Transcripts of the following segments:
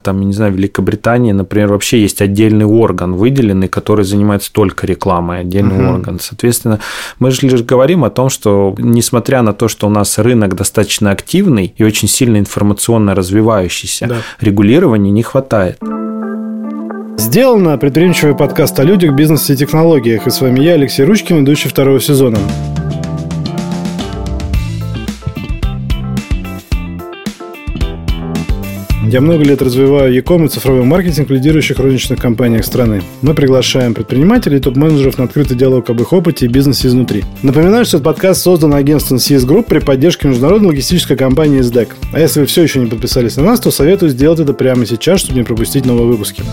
Там, не знаю, в Великобритании, например, вообще есть отдельный орган выделенный, который занимается только рекламой, отдельный орган. Соответственно, мы же лишь говорим о том, что несмотря на то, что у нас рынок достаточно активный и очень сильно информационно развивающийся, регулирования не хватает. Сделано предприимчивый подкаст о людях, бизнесе и технологиях. И с вами я, Алексей Ручкин, ведущий второго сезона. Я много лет развиваю e-com и цифровой маркетинг в лидирующих розничных компаниях страны. Мы приглашаем предпринимателей и топ-менеджеров на открытый диалог об их опыте и бизнесе изнутри. Напоминаю, что этот подкаст создан агентством CS Group при поддержке международной логистической компании SDEC. А если вы все еще не подписались на нас, то советую сделать это прямо сейчас, чтобы не пропустить новые выпуски.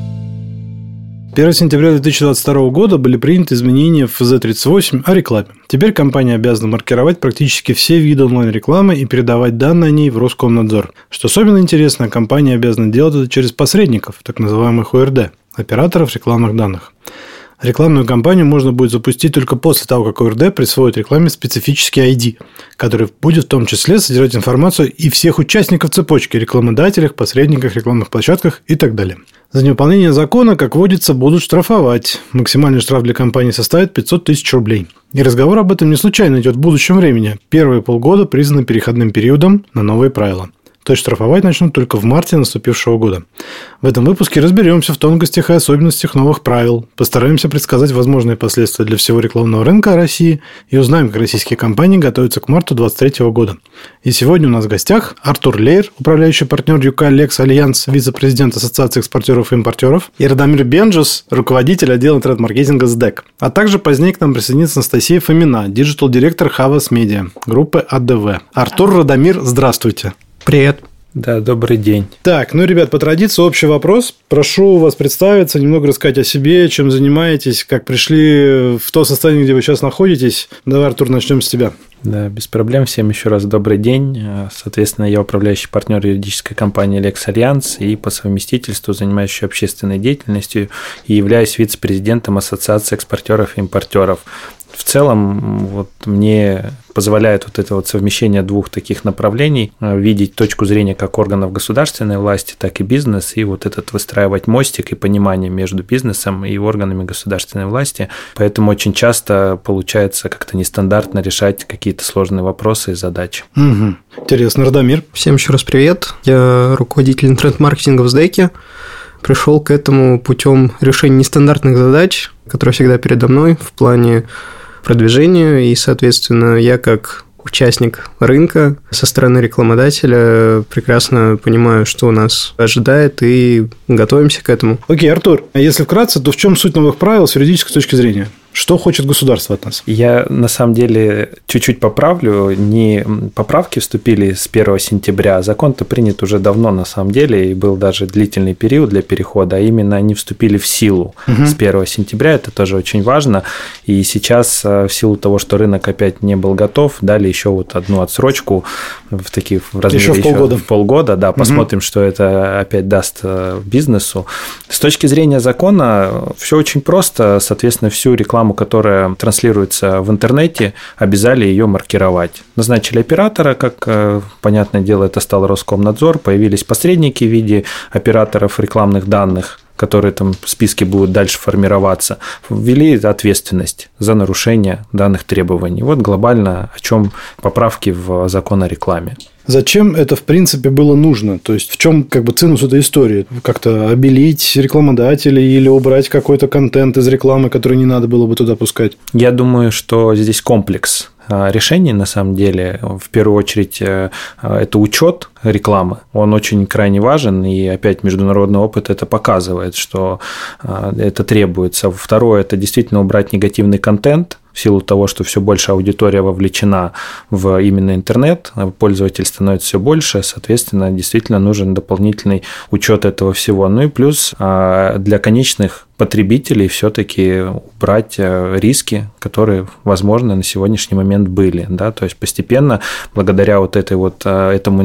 1 сентября 2022 года были приняты изменения в ФЗ-38 о рекламе. Теперь компания обязана маркировать практически все виды онлайн-рекламы и передавать данные о ней в Роскомнадзор. Что особенно интересно, компания обязана делать это через посредников, так называемых ОРД, операторов рекламных данных. Рекламную кампанию можно будет запустить только после того, как ОРД присвоит рекламе специфический ID, который будет в том числе содержать информацию и всех участников цепочки – рекламодателях, посредниках, рекламных площадках и так далее. За неуполнение закона, как водится, будут штрафовать. Максимальный штраф для компании составит 500 тысяч рублей. И разговор об этом не случайно идет в будущем времени. Первые полгода признаны переходным периодом на новые правила. То есть штрафовать начнут только в марте наступившего года. В этом выпуске разберемся в тонкостях и особенностях новых правил, постараемся предсказать возможные последствия для всего рекламного рынка России и узнаем, как российские компании готовятся к марту 2023 года. И сегодня у нас в гостях Артур Лейер, управляющий партнер UK Lex Альянс, вице-президент Ассоциации экспортеров и импортеров, и Радомир Бенджус, руководитель отдела интернет-маркетинга SDEC. А также позднее к нам присоединится Анастасия Фомина, диджитал-директор Havas Media, группы АДВ. Артур, Радомир, здравствуйте. Привет. Да, добрый день. Так, ребят, по традиции общий вопрос. Прошу вас представиться, немного рассказать о себе, чем занимаетесь, как пришли в то состояние, где вы сейчас находитесь. Давай, Артур, начнем с тебя. Да, без проблем. Всем еще раз добрый день. Соответственно, я управляющий партнер юридической компании Lex Альянс и по совместительству занимающийся общественной деятельностью и являюсь вице-президентом Ассоциации экспортеров и импортеров. В целом, мне позволяет это совмещение двух таких направлений видеть точку зрения как органов государственной власти, так и бизнес, и выстраивать мостик и понимание между бизнесом и органами государственной власти. Поэтому очень часто получается как-то нестандартно решать какие-то сложные вопросы и задачи. Угу. Интересно, Радомир. Всем еще раз привет. Я руководитель интернет-маркетинга в SDEC. Пришел к этому путем решения нестандартных задач, которые всегда передо мной в плане продвижения, и, соответственно, я как участник рынка со стороны рекламодателя прекрасно понимаю, что у нас ожидает, и готовимся к этому. Окей, Артур, а если вкратце, то в чем суть новых правил с юридической точки зрения? Что хочет государство от нас? Я, на самом деле, чуть-чуть поправлю. Не поправки вступили с 1 сентября. Закон-то принят уже давно, на самом деле, и был даже длительный период для перехода, а именно они вступили в силу с 1 сентября. Это тоже очень важно. И сейчас, в силу того, что рынок опять не был готов, дали еще одну отсрочку в размере еще в полгода. Да, посмотрим, что это опять даст бизнесу. С точки зрения закона все очень просто. Соответственно, всю рекламу, которая транслируется в интернете, обязали ее маркировать. Назначили оператора, как, понятное дело, это стал Роскомнадзор, появились посредники в виде операторов рекламных данных, которые в списке будут дальше формироваться, ввели ответственность за нарушение данных требований. Глобально о чем поправки в закон о рекламе. Зачем это, в принципе, было нужно? То есть, в чем цинус этой истории? Как-то обелить рекламодателей или убрать какой-то контент из рекламы, который не надо было бы туда пускать? Я думаю, что здесь комплекс решений, на самом деле. В первую очередь, это учет рекламы. Он очень крайне важен, и опять международный опыт это показывает, что это требуется. Второе – это действительно убрать негативный контент, в силу того, что все больше аудитория вовлечена в именно интернет, пользователей становится все больше, соответственно, действительно нужен дополнительный учет этого всего. Ну и плюс для конечных потребителей все-таки убрать риски, которые, возможно, на сегодняшний момент были. Да? То есть постепенно, благодаря этому инструментарию,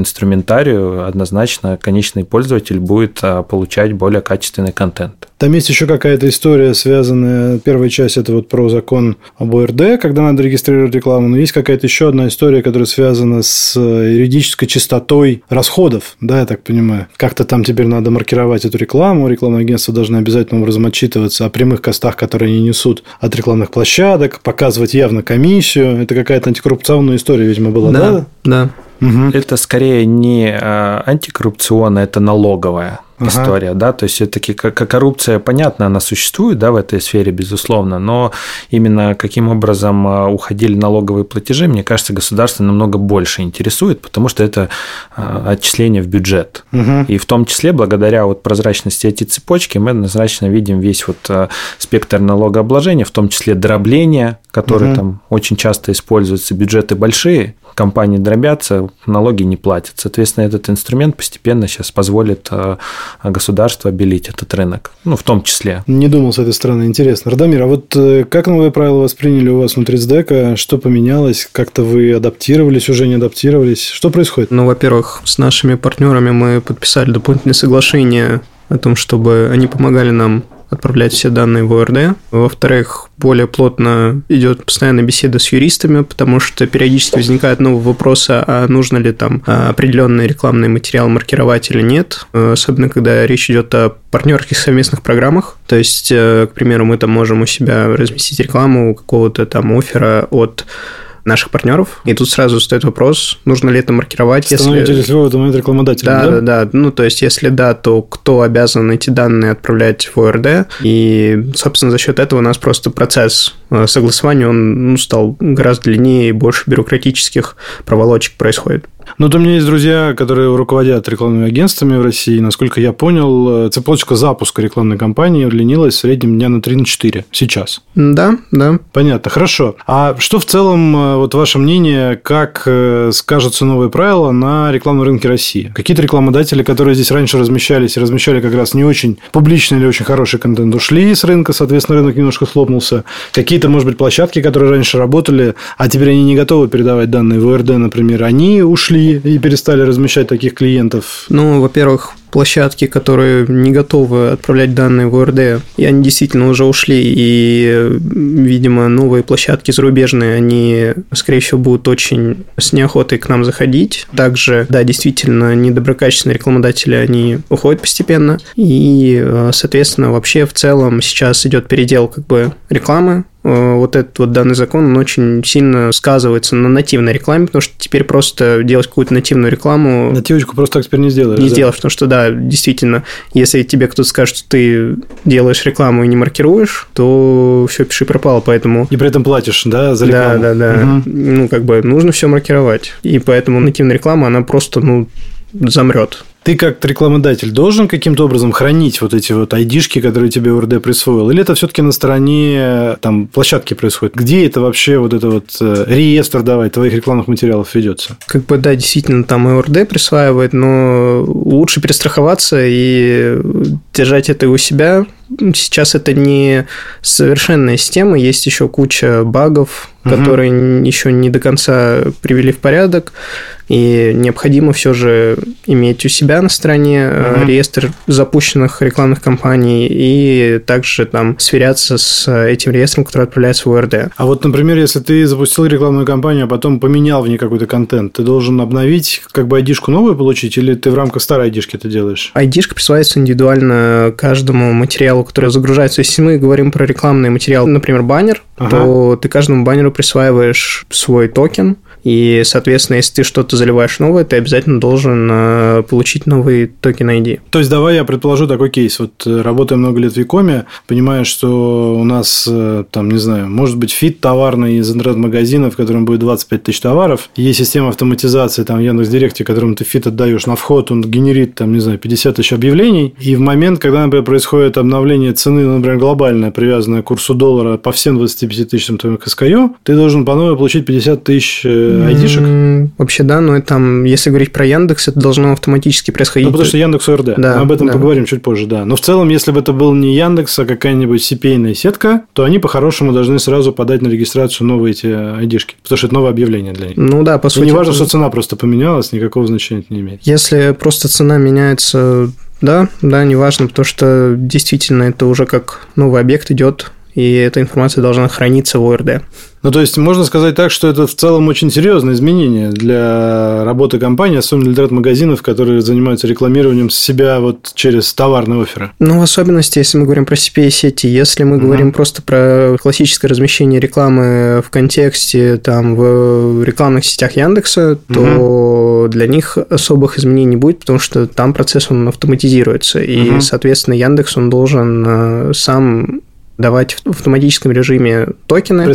инструментарию однозначно конечный пользователь будет получать более качественный контент. Там есть еще какая-то история, связанная, первая часть – это вот про закон об ОРД, когда надо регистрировать рекламу, но есть какая-то еще одна история, которая связана с юридической чистотой расходов, да, я так понимаю. Как-то там теперь надо маркировать эту рекламу, рекламные агентства должны обязательным образом отчитываться о прямых костах, которые они несут от рекламных площадок, показывать явно комиссию. Это какая-то антикоррупционная история, видимо, была, да? Да. Угу. Это скорее не антикоррупционная, это налоговая история, да, то есть все-таки коррупция, понятно, она существует, да, в этой сфере, безусловно, но именно каким образом уходили налоговые платежи, мне кажется, государство намного больше интересует, потому что это отчисление в бюджет. И в том числе, благодаря вот прозрачности этой цепочки, мы однозначно видим весь вот спектр налогообложения, в том числе дробление, которое там очень часто используется, бюджеты большие, компании дробятся, налоги не платят. Соответственно, этот инструмент постепенно сейчас позволит государству обелить этот рынок, ну, в том числе. Не думал с этой стороны. Интересно. Радомир, а вот как новые правила восприняли у вас внутри СДЭКа? Что поменялось? Как-то вы адаптировались, уже не адаптировались? Что происходит? Ну, во-первых, с нашими партнерами мы подписали дополнительное соглашение о том, чтобы они помогали нам отправлять все данные в ОРД. Во-вторых, более плотно идет постоянная беседа с юристами, потому что периодически возникают новые вопросы, а нужно ли там определенный рекламный материал маркировать или нет, особенно когда речь идет о партнерских совместных программах. То есть, к примеру, мы там можем у себя разместить рекламу какого-то там оффера от наших партнеров. И тут сразу стоит вопрос, нужно ли это маркировать. Становитесь ли вы в этот момент рекламодателем, да? Ну, то есть, если да, то кто обязан эти данные отправлять в ОРД? И, собственно, за счет этого у нас просто процесс согласования, он стал гораздо длиннее и больше бюрократических проволочек происходит. Ну, вот у меня есть друзья, которые руководят рекламными агентствами в России. Насколько я понял, цепочка запуска рекламной кампании удлинилась в среднем дня на 3-4 сейчас. Да. Понятно, хорошо. А что в целом, вот ваше мнение, как скажутся новые правила на рекламном рынке России? Какие-то рекламодатели, которые здесь раньше размещались и размещали как раз не очень публичный или очень хороший контент, ушли с рынка, соответственно, рынок немножко хлопнулся. Какие-то, может быть, площадки, которые раньше работали, а теперь они не готовы передавать данные в ОРД, например, они ушли и перестали размещать таких клиентов? Ну, во-первых, площадки, которые не готовы отправлять данные в ОРД, и они действительно уже ушли, и, видимо, новые площадки зарубежные, они, скорее всего, будут очень с неохотой к нам заходить. Также, да, действительно, недоброкачественные рекламодатели, они уходят постепенно, и, соответственно, вообще в целом сейчас идет передел как бы рекламы. Вот этот вот данный закон, он очень сильно сказывается на нативной рекламе, потому что теперь просто делать какую-то нативную рекламу... Нативочку просто так теперь не сделаешь. Не сделаешь, потому что, да, действительно, если тебе кто-то скажет, что ты делаешь рекламу и не маркируешь, то все, пиши пропало, поэтому... И при этом платишь, да, за рекламу? Да. Угу. Ну, как бы, нужно все маркировать. И поэтому нативная реклама, она просто, замрет. Ты как рекламодатель должен каким-то образом хранить вот эти вот айдишки, которые тебе ОРД присвоил? Или это все-таки на стороне там, площадки происходит? Где это вообще вот это вот реестр твоих рекламных материалов ведется? Как бы, да, действительно, там ОРД присваивает, но лучше перестраховаться и держать это у себя. Сейчас это не совершенная система, есть еще куча багов, которые еще не до конца привели в порядок, и необходимо все же иметь у себя на стороне реестр запущенных рекламных кампаний и также там сверяться с этим реестром, который отправляется в ОРД. А вот, например, если ты запустил рекламную кампанию, а потом поменял в ней какой-то контент, ты должен обновить, как бы айдишку новую получить, или ты в рамках старой айдишки это делаешь? Айдишка присваивается индивидуально каждому материалу, который загружается. Если мы говорим про рекламный материал, например, баннер, то ты каждому баннеру присваиваешь свой токен, и, соответственно, если ты что-то заливаешь новое, ты обязательно должен получить новый токен ID. То есть, давай я предположу такой кейс. Вот работая много лет в Якоме, понимаю, что у нас, там, не знаю, может быть, фит товарный из интернет-магазина, в котором будет 25 тысяч товаров. Есть система автоматизации там, в Яндекс.Директе, которому ты фит отдаешь на вход, он генерит, там, не знаю, 50 тысяч объявлений. И в момент, когда, например, происходит обновление цены, например, глобальное, привязанное к курсу доллара по всем 25 тысячам твоим КСКЮ, ты должен по новой получить 50 тысяч айдишек? Вообще, да, но там, если говорить про Яндекс, это должно автоматически происходить. Ну, потому что Яндекс ОРД. Да, мы об этом да. поговорим чуть позже, да. Но в целом, если бы это был не Яндекс, а какая-нибудь CPA-ная сетка, то они по-хорошему должны сразу подать на регистрацию новые эти айдишки, потому что это новое объявление для них. Ну да, по сути. И не важно, что цена просто поменялась, никакого значения это не имеет. Если просто цена меняется, да, неважно, потому что действительно это уже как новый объект идет, и эта информация должна храниться в ОРД. Ну, то есть, можно сказать так, что это в целом очень серьезное изменение для работы компании, особенно для интернет-магазинов, которые занимаются рекламированием себя вот через товарные офферы. Ну, в особенности, если мы говорим про CPA-сети, если мы говорим просто про классическое размещение рекламы в контексте, там, в рекламных сетях Яндекса, то для них особых изменений не будет, потому что там процесс, он автоматизируется, и, соответственно, Яндекс, он должен сам давать в автоматическом режиме токены,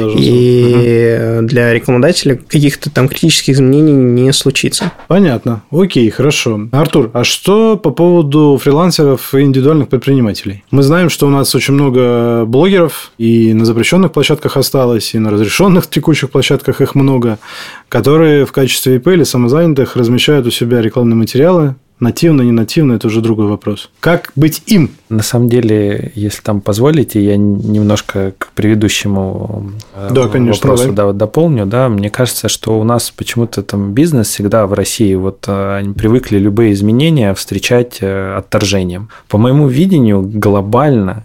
и для рекламодателя каких-то там критических изменений не случится. Понятно. Окей, хорошо. Артур, а что по поводу фрилансеров и индивидуальных предпринимателей? Мы знаем, что у нас очень много блогеров, и на запрещенных площадках осталось, и на разрешенных текущих площадках их много, которые в качестве ИП или самозанятых размещают у себя рекламные материалы. Нативно, не нативно – это уже другой вопрос. Как быть им? На самом деле, если там позволите, я немножко к предыдущему вопросу дополню. Да, мне кажется, что у нас почему-то там бизнес всегда в России, вот они привыкли любые изменения встречать отторжением. По моему видению, глобально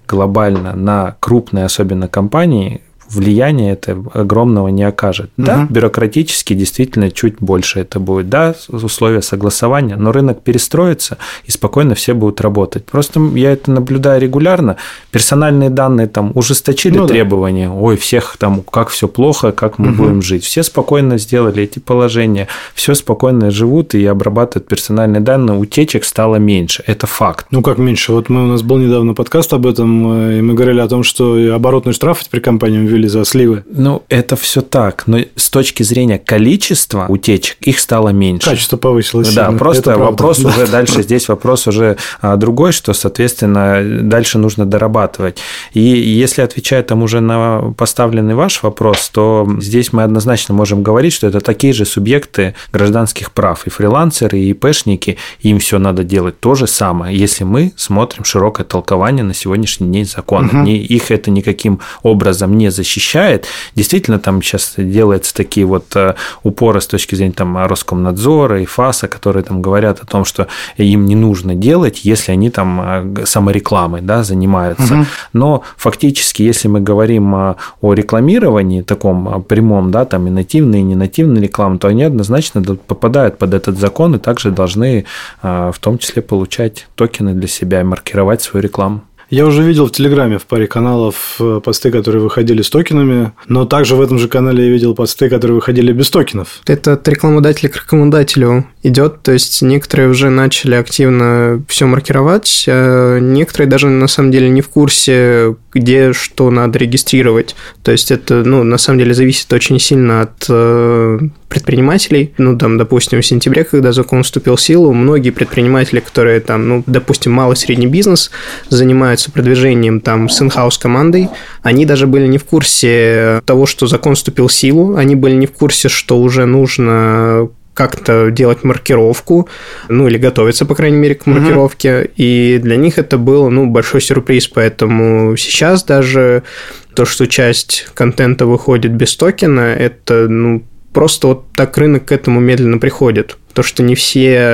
на крупные особенно компании влияния это огромного не окажет. Да, бюрократически действительно чуть больше это будет. Да, условия согласования, но рынок перестроится, и спокойно все будут работать. Просто я это наблюдаю регулярно. Персональные данные там ужесточили требования. Ой, всех там, как все плохо, как мы будем жить. Все спокойно сделали эти положения, все спокойно живут и обрабатывают персональные данные. Утечек стало меньше. Это факт. Ну, как меньше? Вот у нас был недавно подкаст об этом, и мы говорили о том, что оборотные штрафы теперь компаниям ввели за сливы. Ну, это все так, но с точки зрения количества утечек их стало меньше. Качество повысилось. Да, просто вопрос уже дальше, здесь вопрос уже другой, что, соответственно, дальше нужно дорабатывать. И если отвечать там уже на поставленный ваш вопрос, то здесь мы однозначно можем говорить, что это такие же субъекты гражданских прав. И фрилансеры, и ИПшники, им все надо делать то же самое, если мы смотрим широкое толкование на сегодняшний день закона. Их это никаким образом не защищает. Действительно, там сейчас делаются такие вот упоры с точки зрения там Роскомнадзора и ФАСа, которые там говорят о том, что им не нужно делать, если они там саморекламой, да, занимаются. Но фактически, если мы говорим о рекламировании таком прямом, да, там и нативной, и ненативной рекламы, то они однозначно попадают под этот закон и также должны в том числе получать токены для себя и маркировать свою рекламу. Я уже видел в Телеграме в паре каналов посты, которые выходили с токенами, но также в этом же канале я видел посты, которые выходили без токенов. Это от рекламодателя к рекламодателю идет, то есть некоторые уже начали активно все маркировать, а некоторые даже на самом деле не в курсе, где что надо регистрировать. То есть это, на самом деле зависит очень сильно от предпринимателей. Там, допустим, в сентябре, когда закон вступил в силу, многие предприниматели, которые там, допустим, малый и средний бизнес, занимаются продвижением там с in-house командой, они даже были не в курсе того, что закон вступил в силу, они были не в курсе, что уже нужно как-то делать маркировку, или готовиться, по крайней мере, к маркировке, и для них это был, большой сюрприз, поэтому сейчас даже то, что часть контента выходит без токена, это, просто вот так рынок к этому медленно приходит, потому что не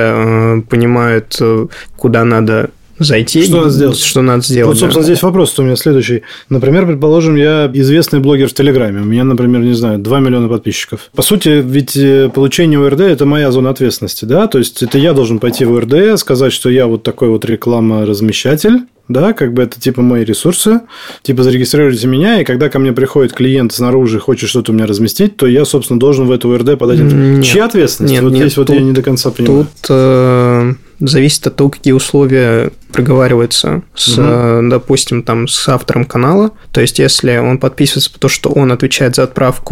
все понимают, куда надо зайти, что надо сделать. Вот, собственно, здесь вопрос у меня следующий. Например, предположим, я известный блогер в Телеграме. У меня, например, 2 миллиона подписчиков. По сути, ведь получение ОРД – это моя зона ответственности, да? То есть, это я должен пойти в ОРД, сказать, что я вот такой вот рекламоразмещатель, да, это типа мои ресурсы, зарегистрируйте меня, и когда ко мне приходит клиент снаружи, хочет что-то у меня разместить, то я, собственно, должен в эту ОРД подать. Чья ответственность? Здесь тут, я не до конца понимаю. Тут зависит от того, какие условия проговариваются с, допустим, с автором канала. То есть, если он подписывается по то, что он отвечает за отправку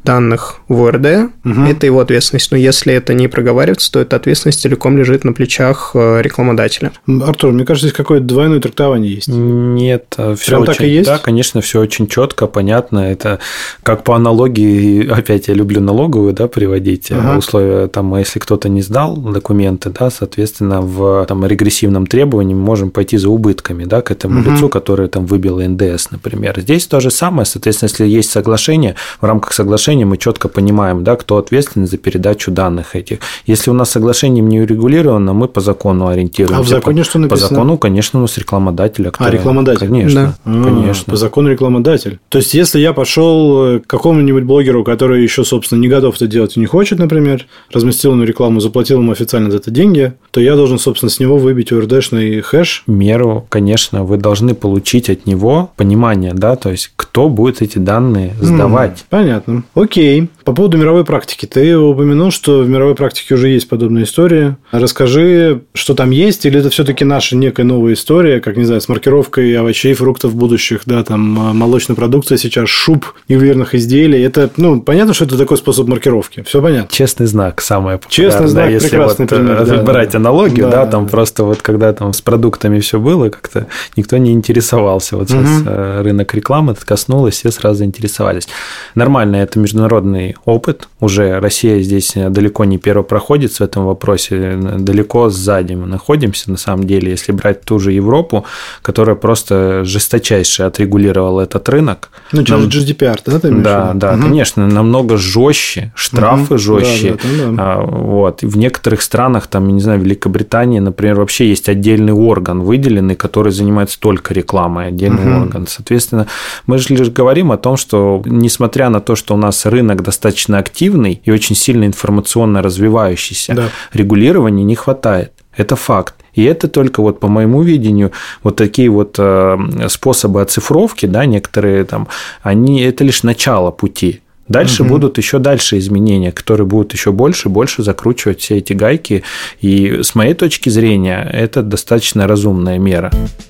данных в ОРД, это его ответственность. Но если это не проговаривается, то эта ответственность целиком лежит на плечах рекламодателя. Артур, мне кажется, здесь какое-то двойное трактование есть. Нет, все прям очень, так и есть? Да, конечно, все очень четко, понятно. Это как по аналогии, опять я люблю налоговую, да, приводить условия, там, если кто-то не сдал документы, да, соответственно, в там, регрессивном требовании мы можем пойти за убытками, да, к этому лицу, которое там выбило НДС, например. Здесь то же самое, соответственно, если есть соглашение, в рамках соглашения мы четко понимаем, да, кто ответственен за передачу данных этих. Если у нас соглашением не урегулировано, мы по закону ориентируемся. А в законе что написано? По закону, конечно, у нас рекламодатель. Рекламодатель? Конечно, да. конечно. По закону рекламодатель. То есть, если я пошел к какому-нибудь блогеру, который еще, собственно, не готов это делать и не хочет, например, разместил ему рекламу, заплатил ему официально за это деньги, то я должен, собственно, с него выбить ОРДшный хэш. Меру, конечно, вы должны получить от него понимание, да, то есть кто будет эти данные сдавать. Понятно. Окей. По поводу мировой практики. Ты упомянул, что в мировой практике уже есть подобная история. Расскажи, что там есть, или это все-таки наша некая новая история, как, не знаю, с маркировкой овощей, фруктов будущих, да, там, молочной продукции сейчас, шуб, ювелирных изделий. Это, понятно, что это такой способ маркировки. Все понятно. Честный знак самое популярное. Честный знак, если прекрасный пример. Брать аналогию, да, там просто вот когда там с продуктами все было, как-то никто не интересовался. Вот сейчас рынок рекламы коснулось, все сразу интересовались. Нормально, это международный опыт. Уже Россия здесь далеко не первопроходец в этом вопросе, далеко сзади мы находимся, на самом деле, если брать ту же Европу, которая просто жесточайше отрегулировала этот рынок. Через GDPR, да? Да, конечно, намного жестче, штрафы жестче. Да. Вот. В некоторых странах, там, я не знаю, в Великобритании, например, вообще есть отдельный орган выделенный, который занимается только рекламой, отдельный орган. Соответственно, мы же лишь говорим о том, что несмотря на то, что у нас рынок достаточно активный и очень сильно информационно развивающийся, регулирования не хватает. Это факт. И это только вот по моему видению вот такие вот способы оцифровки, да, некоторые там, это лишь начало пути. Дальше будут еще дальше изменения, которые будут еще больше закручивать все эти гайки. И с моей точки зрения, это достаточно разумная мера.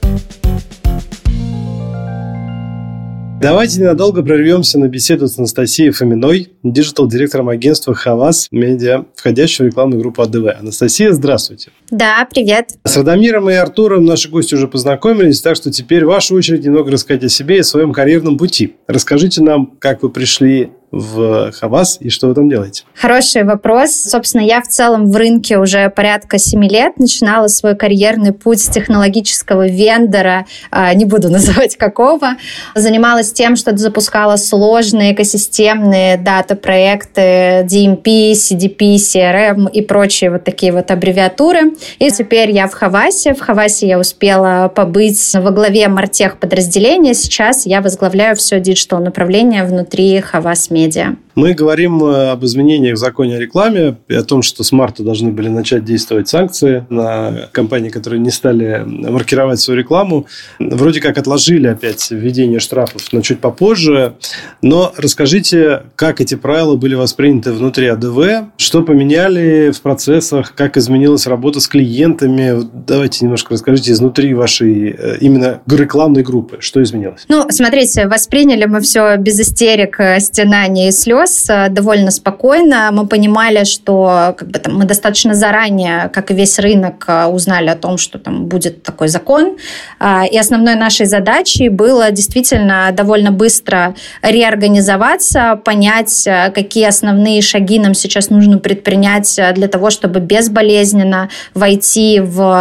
Давайте ненадолго прервемся на беседу с Анастасией Фоминой, диджитал-директором агентства Havas Media, входящего в рекламную группу АДВ. Анастасия, здравствуйте. Да, привет. С Радомиром и Артуром наши гости уже познакомились, так что теперь ваша очередь немного рассказать о себе и о своем карьерном пути. Расскажите нам, как вы пришли в Havas и что вы там делаете? Хороший вопрос. Собственно, я в целом в рынке уже порядка 7 лет. Начинала свой карьерный путь с технологического вендора, не буду называть какого. Занималась тем, что запускала сложные экосистемные дата-проекты, DMP, CDP, CRM и прочие вот такие вот аббревиатуры. И теперь я в Havas. В Havas я успела побыть во главе мартех подразделения. Сейчас я возглавляю все диджитал направление внутри Havas Media. Мы говорим об изменениях в законе о рекламе и о том, что с марта должны были начать действовать санкции на компании, которые не стали маркировать свою рекламу. Вроде как отложили опять введение штрафов, но чуть попозже. Но расскажите, как эти правила были восприняты внутри АДВ, что поменяли в процессах, как изменилась работа с клиентами. Давайте немножко расскажите изнутри вашей именно рекламной группы, что изменилось. Смотрите, восприняли мы все без истерик, стенаний и слез, довольно спокойно. Мы понимали, что мы достаточно заранее, как и весь рынок, узнали о том, что там будет такой закон. И основной нашей задачей было действительно довольно быстро реорганизоваться, понять, какие основные шаги нам сейчас нужно предпринять для того, чтобы безболезненно войти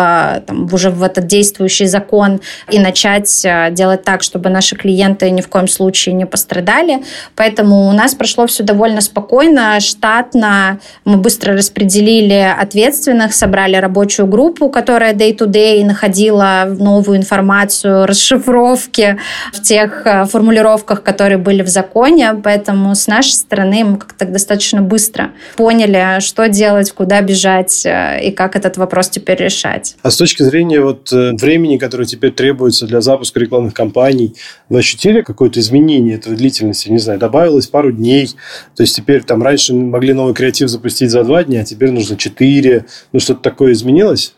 уже в этот действующий закон и начать делать так, чтобы наши клиенты ни в коем случае не пострадали. Поэтому у нас прошло все довольно спокойно, штатно. Мы быстро распределили ответственных, собрали рабочую группу, которая day-to-day находила новую информацию, расшифровки в тех формулировках, которые были в законе. Поэтому с нашей стороны мы как-то достаточно быстро поняли, что делать, куда бежать и как этот вопрос теперь решать. А с точки зрения времени, которое теперь требуется для запуска рекламных кампаний, вы ощутили какое-то изменение этого длительности? Не знаю, добавилось пару дней. То есть теперь раньше могли новый креатив запустить за 2 дня, а теперь нужно 4. Что-то такое изменилось?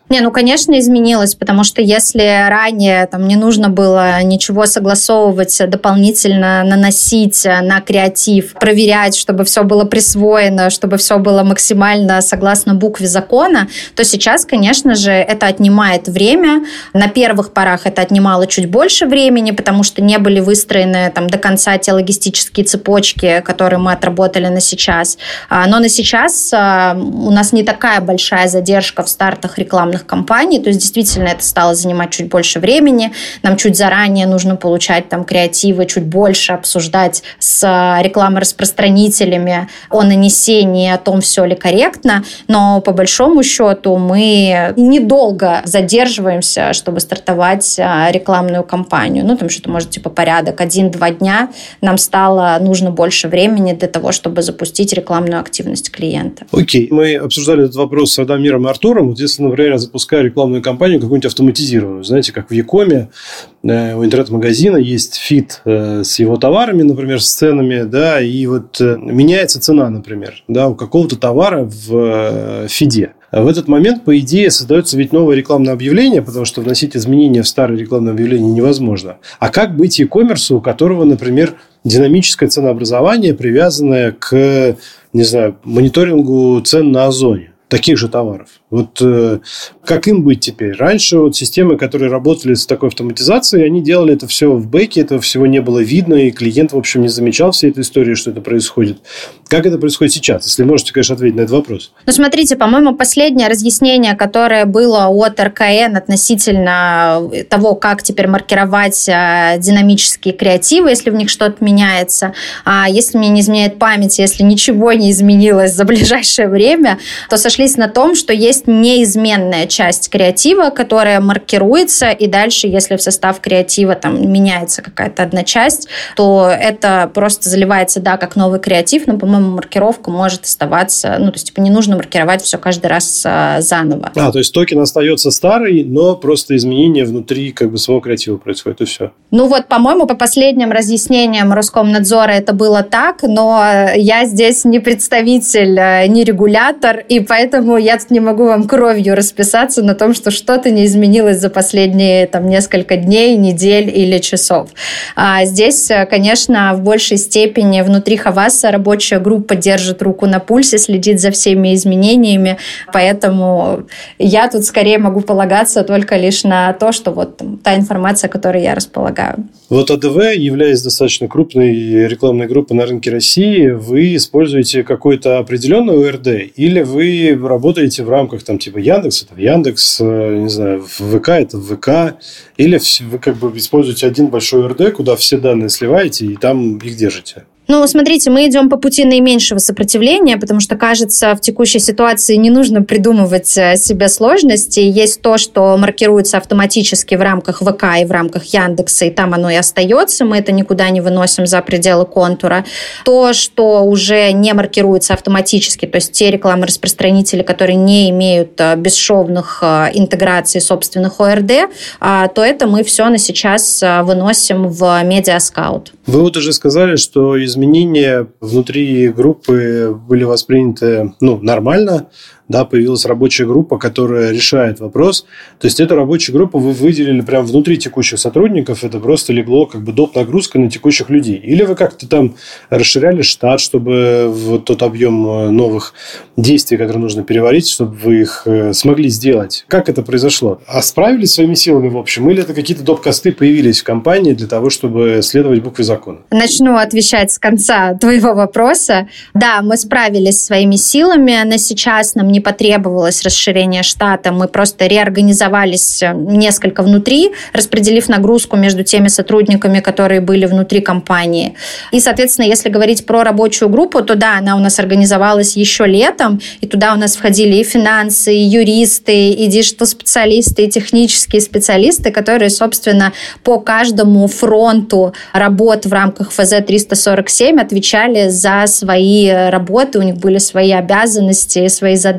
Конечно, изменилось, потому что если ранее не нужно было ничего согласовывать, дополнительно наносить на креатив, проверять, чтобы все было присвоено, чтобы все было максимально согласно букве закона, то сейчас, конечно же, это отнимает время. На первых порах это отнимало чуть больше времени, потому что не были выстроены до конца те логистические цепочки, которые мы отработали на сейчас. Но на сейчас у нас не такая большая задержка в стартах рекламных компаний, то есть действительно это стало занимать чуть больше времени, нам чуть заранее нужно получать креативы, чуть больше обсуждать с рекламораспространителями о нанесении, о том, все ли корректно, но по большому счету мы недолго задерживаемся, чтобы стартовать рекламную кампанию. Что-то может порядок 1-2 дня, нам стало нужно больше времени для того, чтобы запустить рекламную активность клиента. Окей, мы обсуждали этот вопрос с Радомиром и Артуром. Если, например, я запускаю рекламную кампанию какую-нибудь автоматизированную, знаете, как в Якоме, у интернет-магазина есть фид с его товарами, например, с ценами, да, и меняется цена, например, да, у какого-то товара в фиде. В этот момент, по идее, создается ведь новое рекламное объявление, потому что вносить изменения в старое рекламное объявление невозможно. А как быть e-commerce, у которого, например, динамическое ценообразование, привязанное к, мониторингу цен на Озоне? Таких же товаров. Как им быть теперь? Раньше системы, которые работали с такой автоматизацией, они делали это все в бэке, этого всего не было видно, и клиент, в общем, не замечал всей этой истории, что это происходит. Как это происходит сейчас? Если можете, конечно, ответить на этот вопрос. Смотрите, по-моему, последнее разъяснение, которое было от РКН относительно того, как теперь маркировать динамические креативы, если в них что-то меняется. Если мне не изменяет память, если ничего не изменилось за ближайшее время, то сошлись на том, что есть неизменная часть креатива, которая маркируется, и дальше, если в состав креатива меняется какая-то одна часть, то это просто заливается, как новый креатив, но, по-моему, маркировка может оставаться, не нужно маркировать все каждый раз заново. То есть токен остается старый, но просто изменения внутри своего креатива происходит, и все. По-моему, по последним разъяснениям Роскомнадзора это было так, но я здесь не представитель, не регулятор, и поэтому я тут не могу вам кровью расписаться на том, что что-то не изменилось за последние несколько дней, недель или часов. Здесь, конечно, в большей степени внутри Havas рабочая группа держит руку на пульсе, следит за всеми изменениями, поэтому я тут скорее могу полагаться только лишь на то, что та информация, которой я располагаю. АДВ, являясь достаточно крупной рекламной группой на рынке России, вы используете какой-то определенный ОРД или вы работаете в рамках Яндекс, это в Яндекс, не знаю, в ВК, это в ВК, или вы используете один большой ОРД, куда все данные сливаете и там их держите? Смотрите, мы идем по пути наименьшего сопротивления, потому что, кажется, в текущей ситуации не нужно придумывать себе сложности. Есть то, что маркируется автоматически в рамках ВК и в рамках Яндекса, и там оно и остается. Мы это никуда не выносим за пределы контура. То, что уже не маркируется автоматически, то есть те рекламораспространители, которые не имеют бесшовных интеграций собственных ОРД, то это мы все на сейчас выносим в Media-Scout. Вы уже сказали, что изменения внутри группы были восприняты нормально. Да, появилась рабочая группа, которая решает вопрос. То есть, эту рабочую группу вы выделили прямо внутри текущих сотрудников. Это просто легло доп. Нагрузка на текущих людей. Или вы как-то расширяли штат, чтобы тот объем новых действий, которые нужно переварить, чтобы вы их смогли сделать. Как это произошло? А справились своими силами в общем? Или это какие-то доп-косты появились в компании для того, чтобы следовать букве закона? Начну отвечать с конца твоего вопроса. Да, мы справились своими силами. На сейчас нам не потребовалось расширение штата. Мы просто реорганизовались несколько внутри, распределив нагрузку между теми сотрудниками, которые были внутри компании. И, соответственно, если говорить про рабочую группу, то да, она у нас организовалась еще летом, и туда у нас входили и финансы, и юристы, и диджитал-специалисты, и технические специалисты, которые, собственно, по каждому фронту работ в рамках ФЗ-347 отвечали за свои работы, у них были свои обязанности, свои задачи.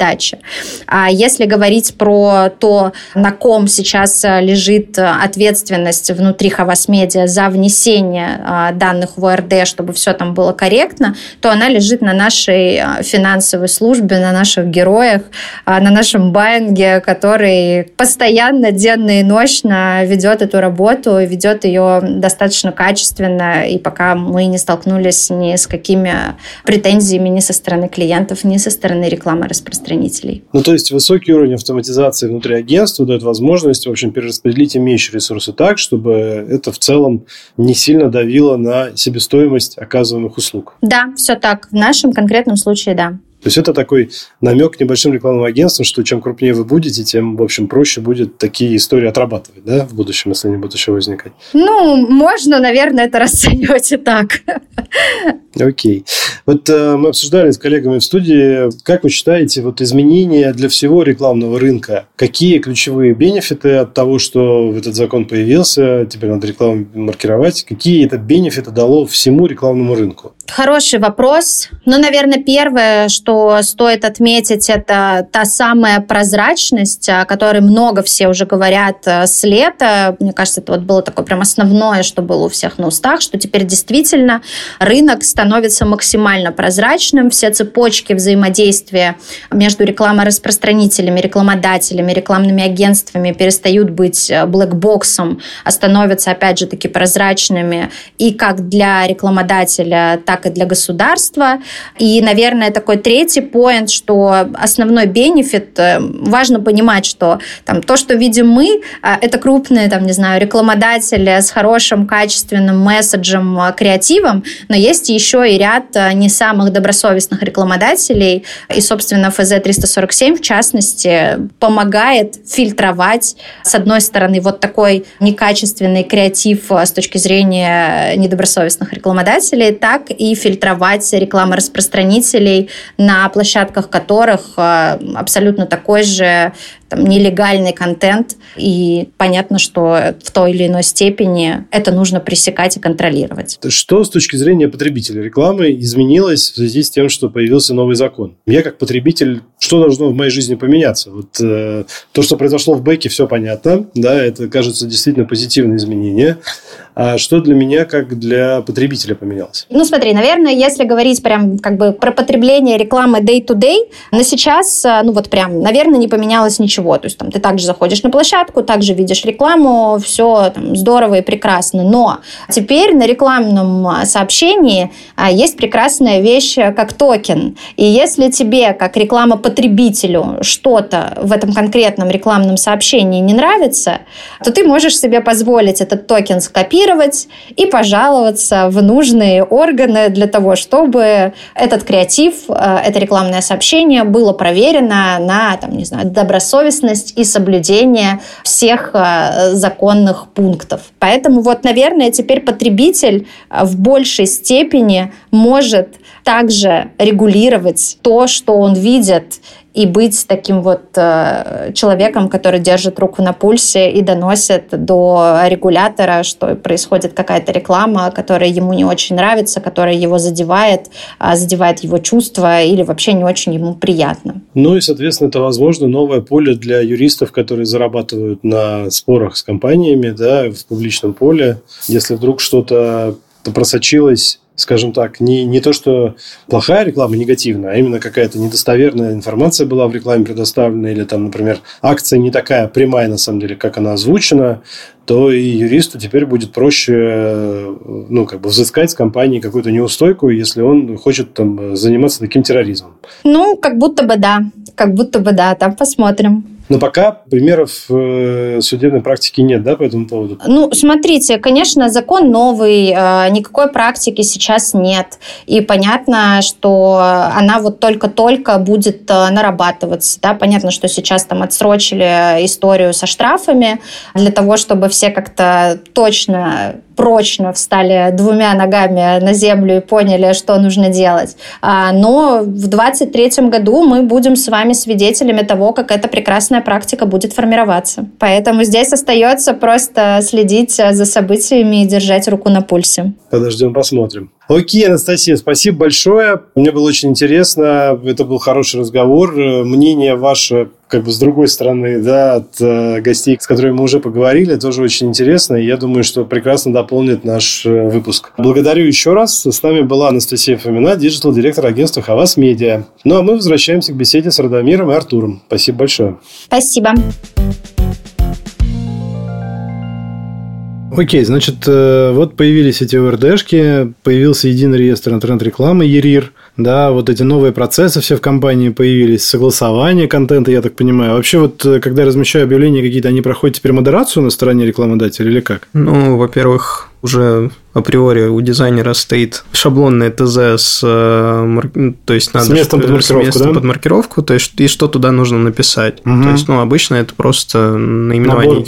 задача. А если говорить про то, на ком сейчас лежит ответственность внутри Havas Media за внесение данных в ОРД, чтобы все там было корректно, то она лежит на нашей финансовой службе, на наших героях, на нашем Боинге, который постоянно, денно и ночно ведет эту работу, ведет ее достаточно качественно, и пока мы не столкнулись ни с какими претензиями ни со стороны клиентов, ни со стороны рекламораспространителей. То есть высокий уровень автоматизации внутри агентства дает возможность, в общем, перераспределить имеющие ресурсы так, чтобы это в целом не сильно давило на себестоимость оказываемых услуг. Да, все так. В нашем конкретном случае, да. То есть это такой намек небольшим рекламным агентствам, что чем крупнее вы будете, тем, в общем, проще будет такие истории отрабатывать, да, в будущем, если они будут еще возникать. Можно, наверное, это расценивать и так. Окей. Мы обсуждали с коллегами в студии, как вы считаете, изменения для всего рекламного рынка, какие ключевые бенефиты от того, что этот закон появился, теперь надо рекламу маркировать, какие это бенефиты дало всему рекламному рынку? Хороший вопрос. Наверное, первое, что стоит отметить, это та самая прозрачность, о которой много все уже говорят с лета. Мне кажется, это было такое прям основное, что было у всех на устах, что теперь действительно рынок становится максимально прозрачным. Все цепочки взаимодействия между рекламораспространителями, рекламодателями, рекламными агентствами перестают быть блэкбоксом, а становятся, опять же, таки прозрачными и как для рекламодателя, так и для государства. И, наверное, такой третий поинт, что основной бенефит, важно понимать, что то, что видим мы, это крупные, рекламодатели с хорошим, качественным месседжем, креативом, но есть еще и ряд не самых добросовестных рекламодателей, и, собственно, ФЗ-347, в частности, помогает фильтровать, с одной стороны, такой некачественный креатив с точки зрения недобросовестных рекламодателей, так и фильтровать рекламораспространителей, на площадках которых абсолютно такой же нелегальный контент, и понятно, что в той или иной степени это нужно пресекать и контролировать. Что с точки зрения потребителя рекламы изменилось в связи с тем, что появился новый закон? Я как потребитель, что должно в моей жизни поменяться? То, что произошло в Бэке, все понятно, да, это, кажется, действительно позитивные изменения. А что для меня, как для потребителя, поменялось? Смотри, наверное, если говорить прям про потребление рекламы day-to-day, на сейчас, наверное, не поменялось ничего. То есть ты также заходишь на площадку, также видишь рекламу, все здорово и прекрасно. Но теперь на рекламном сообщении есть прекрасная вещь, как токен. И если тебе, как рекламопотребителю, что-то в этом конкретном рекламном сообщении не нравится, то ты можешь себе позволить этот токен скопировать и пожаловаться в нужные органы для того, чтобы этот креатив, это рекламное сообщение было проверено на добросовестность и соблюдение всех законных пунктов. Поэтому наверное, теперь потребитель в большей степени может также регулировать то, что он видит, и быть таким человеком, который держит руку на пульсе и доносит до регулятора, что происходит какая-то реклама, которая ему не очень нравится, которая его задевает его чувства или вообще не очень ему приятно. И, соответственно, это, возможно, новое поле для юристов, которые зарабатывают на спорах с компаниями, да, в публичном поле. Если вдруг что-то просочилось, скажем так, не то, что плохая реклама, негативная, а именно какая-то недостоверная информация была в рекламе предоставлена, или например, акция не такая прямая, на самом деле, как она озвучена, то и юристу теперь будет проще взыскать с компании какую-то неустойку, если он хочет заниматься таким терроризмом. Как будто бы да, там посмотрим. Но пока примеров судебной практики нет, да, по этому поводу? Смотрите, конечно, закон новый, никакой практики сейчас нет. И понятно, что она только-только будет нарабатываться. Да? Понятно, что сейчас отсрочили историю со штрафами для того, чтобы все как-то прочно встали двумя ногами на землю и поняли, что нужно делать. Но в 2023 году мы будем с вами свидетелями того, как эта прекрасная практика будет формироваться. Поэтому здесь остается просто следить за событиями и держать руку на пульсе. Подождем, посмотрим. Окей, Анастасия, спасибо большое. Мне было очень интересно. Это был хороший разговор. Мнение ваше, с другой стороны, от гостей, с которыми мы уже поговорили, тоже очень интересно. И я думаю, что прекрасно дополнит наш выпуск. Благодарю еще раз. С нами была Анастасия Фомина, диджитал-директор агентства Havas Media. Ну, а мы возвращаемся к беседе с Радомиром и Артуром. Спасибо большое. Спасибо. Окей, значит, вот появились эти ОРДшки, появился единый реестр интернет-рекламы ЕРИР, да, вот эти новые процессы все в компании появились, согласование контента, я так понимаю. Вообще, вот когда я размещаю объявления какие-то, они проходят теперь модерацию на стороне рекламодателя или как? Ну, во-первых, уже априори у дизайнера стоит шаблонное ТЗ то есть надо с местом под маркировку, под маркировку, то есть и что туда нужно написать. Угу. То есть, обычно это просто наименование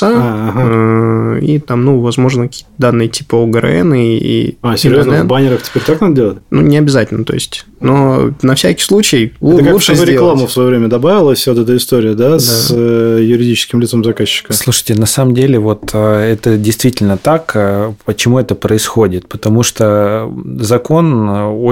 юрлица и там, возможно, какие-то данные типа ОГРН и серьезно, в баннерах теперь так надо делать? Не обязательно, то есть, но на всякий случай лучше это как сделать. рекламу в свое время добавилась, вот эта история, да, с юридическим лицом заказчика. Слушайте, на самом деле, вот это действительно так. Почему это происходит? Потому что закон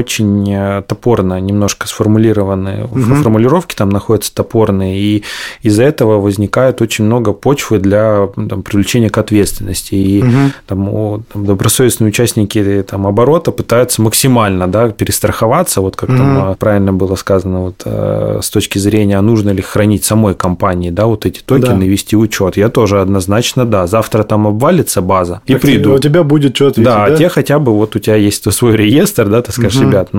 очень топорно немножко сформулированы, формулировки там находятся топорные, и из-за этого возникает очень много почвы для привлечения к ответственности. И добросовестные участники оборота пытаются максимально перестраховаться, вот как там правильно было сказано, с точки зрения, нужно ли хранить самой компании, вот эти токены, вести учет. Я тоже однозначно, завтра там обвалится база, и приду. У тебя будет что ответить, да? Те хотя бы, у тебя есть свой реестр, ты скажешь, ребят,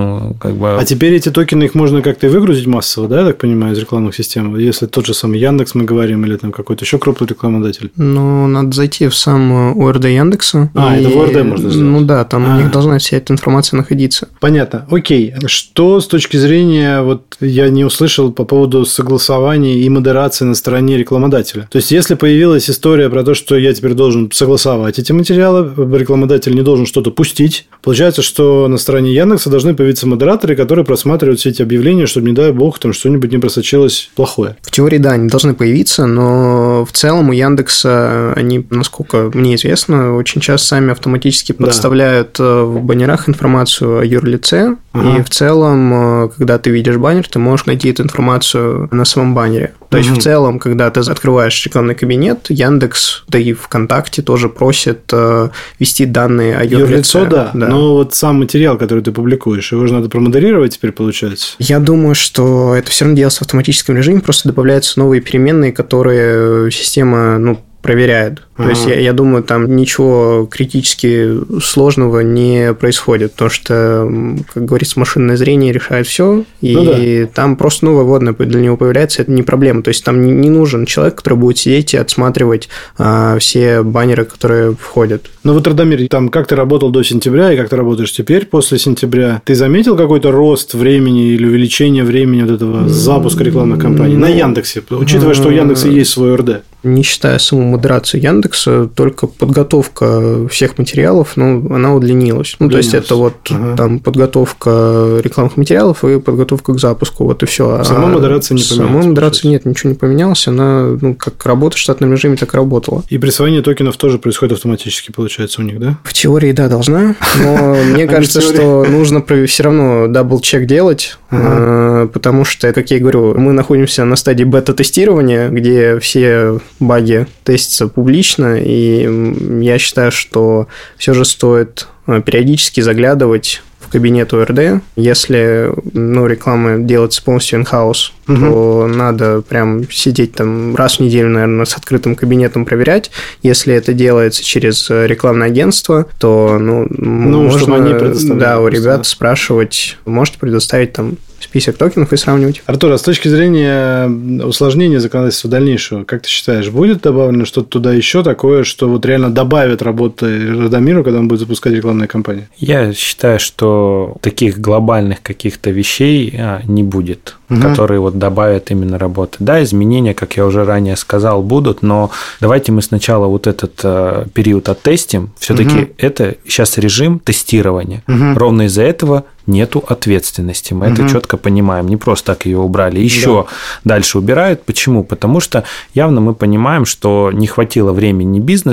А теперь эти токены, их можно как-то и выгрузить массово, я так понимаю, из рекламных систем, если тот же самый Яндекс мы говорим, или там какой-то еще крупный рекламодатель? Надо зайти в сам ОРД Яндекса. Это в ОРД можно сделать? Там у них должна вся эта информация находиться. Понятно. Окей. Что с точки зрения, я не услышал по поводу согласования и модерации на стороне рекламодателя? То есть, если появилась история про то, что я теперь должен согласовать эти материалы, рекламодатель не должен что-то пустить, получается, что на стороне Яндекса должны появиться модераторы, которые просматривают все эти объявления, чтобы, не дай бог, там что-нибудь не просочилось плохое. В теории, да, они должны появиться, но в целом у Яндекса они, насколько мне известно, очень часто сами автоматически подставляют в баннерах информацию о юрлице, и в целом, когда ты видишь баннер, ты можешь найти эту информацию на самом баннере. То есть, в целом, когда ты открываешь рекламный кабинет, Яндекс, да и ВКонтакте тоже просит ввести данные о юрлице. Да. Но вот сам материал, который ты публикуешь, его же надо промодерировать теперь, получается? Я думаю, что это все равно делается в автоматическом режиме, просто добавляются новые переменные, которые система, проверяет. То есть, я думаю, там ничего критически сложного не происходит, потому что, как говорится, машинное зрение решает все, и там просто новая вводная для него появляется, это не проблема. То есть, там не нужен человек, который будет сидеть и отсматривать все баннеры, которые входят. Радомир, там как ты работал до сентября и как ты работаешь теперь после сентября? Ты заметил какой-то рост времени или увеличение времени этого запуска рекламных кампаний на Яндексе, учитывая, что у Яндекса есть свой ОРД? Не считая саму модерацию Яндекса, только подготовка всех материалов, она удлинилась. То есть, это там подготовка рекламных материалов и подготовка к запуску, и все. Сама модерация не поменялась? Сама модерация нет, ничего не поменялось. Она, как работает в штатном режиме, так и работала. И присвоение токенов тоже происходит автоматически, получается, у них, да? В теории, да, должна. Но мне кажется, что нужно все равно дабл-чек делать, потому что, как я и говорю, мы находимся на стадии бета-тестирования, где все баги тестятся публично, и я считаю, что все же стоит периодически заглядывать в кабинет ОРД. Если реклама делается полностью in-house, то надо прям сидеть там раз в неделю, наверное, с открытым кабинетом проверять. Если это делается через рекламное агентство, то можно у ребят спрашивать, можете предоставить там список токенов и сравнивать. Артур, а с точки зрения усложнения законодательства дальнейшего, как ты считаешь, будет добавлено что-то туда еще такое, что реально добавит работы Радомиру, когда он будет запускать рекламные кампании? Я считаю, что таких глобальных каких-то вещей не будет, которые добавят именно работы. Да, изменения, как я уже ранее сказал, будут, но давайте мы сначала этот период оттестим. Все-таки это сейчас режим тестирования. Ровно из-за этого нету ответственности. Мы это четко понимаем. Не просто так ее убрали. Еще дальше убирают. Почему? Потому что явно мы понимаем, что не хватило времени бизнесу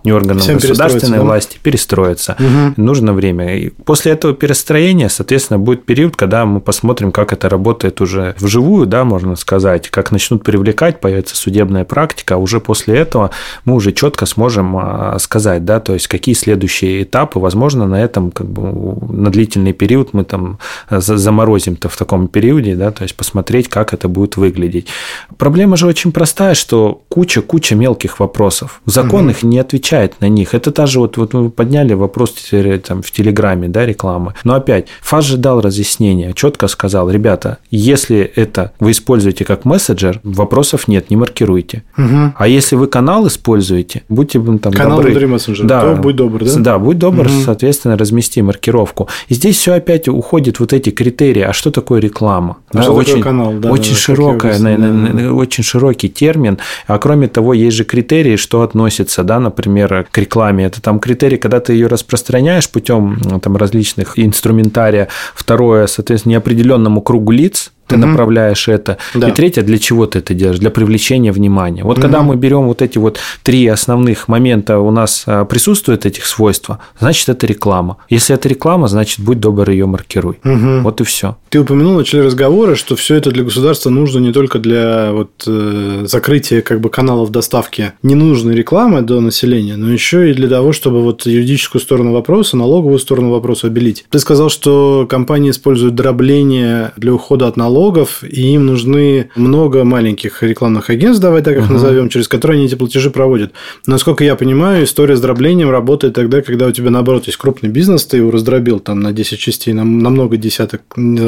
ни органам всем государственной власти перестроиться. Нужно время. И после этого перестроения, соответственно, будет период, когда мы посмотрим, как это работает уже вживую, да, можно сказать, как начнут привлекать, появится судебная практика, а уже после этого мы уже четко сможем сказать, да, то есть какие следующие этапы, возможно, на этом как бы на длительный период мы там заморозим-то в таком периоде, да, то есть посмотреть, как это будет выглядеть. Проблема же очень простая, что куча мелких вопросов. Закон их не отвечает на них. Это та же вот мы подняли вопрос там, в Телеграме, да, рекламы. Но опять, ФАС же дал разъяснение, четко сказал, ребята, если это вы используете как мессенджер, вопросов нет, не маркируйте. А если вы канал используете, будьте там канал добры. Внутри мессенджера, да, то будь добр, да? Да, будь добр, соответственно, размести маркировку. И здесь все опять уходит вот эти критерии. А что такое реклама? А что такое канал? Да, очень широкая, очень широкий термин. А кроме того, есть же критерии, что относится, да, например, к рекламе. Это там критерий, когда ты ее распространяешь путем там, различных инструментария. Второе, соответственно, неопределенному кругу лиц. Ты направляешь это. Да. И третье, для чего ты это делаешь? Для привлечения внимания. Вот когда мы берем вот эти вот 3 основных момента, у нас присутствуют этих свойства, значит, это реклама. Если это реклама, значит, будь добр, ее маркируй. Вот и все. Ты упомянул в начале разговора, что все это для государства нужно не только для закрытия как бы каналов доставки ненужной рекламы до населения, но еще и для того, чтобы вот юридическую сторону вопроса, налоговую сторону вопроса обелить. Ты сказал, что компании используют дробление для ухода от налогов, и им нужны много маленьких рекламных агентств, давай так их назовем, через которые они эти платежи проводят. Насколько я понимаю, история с дроблением работает тогда, когда у тебя, наоборот, есть крупный бизнес, ты его раздробил там на 10 частей, на много десяток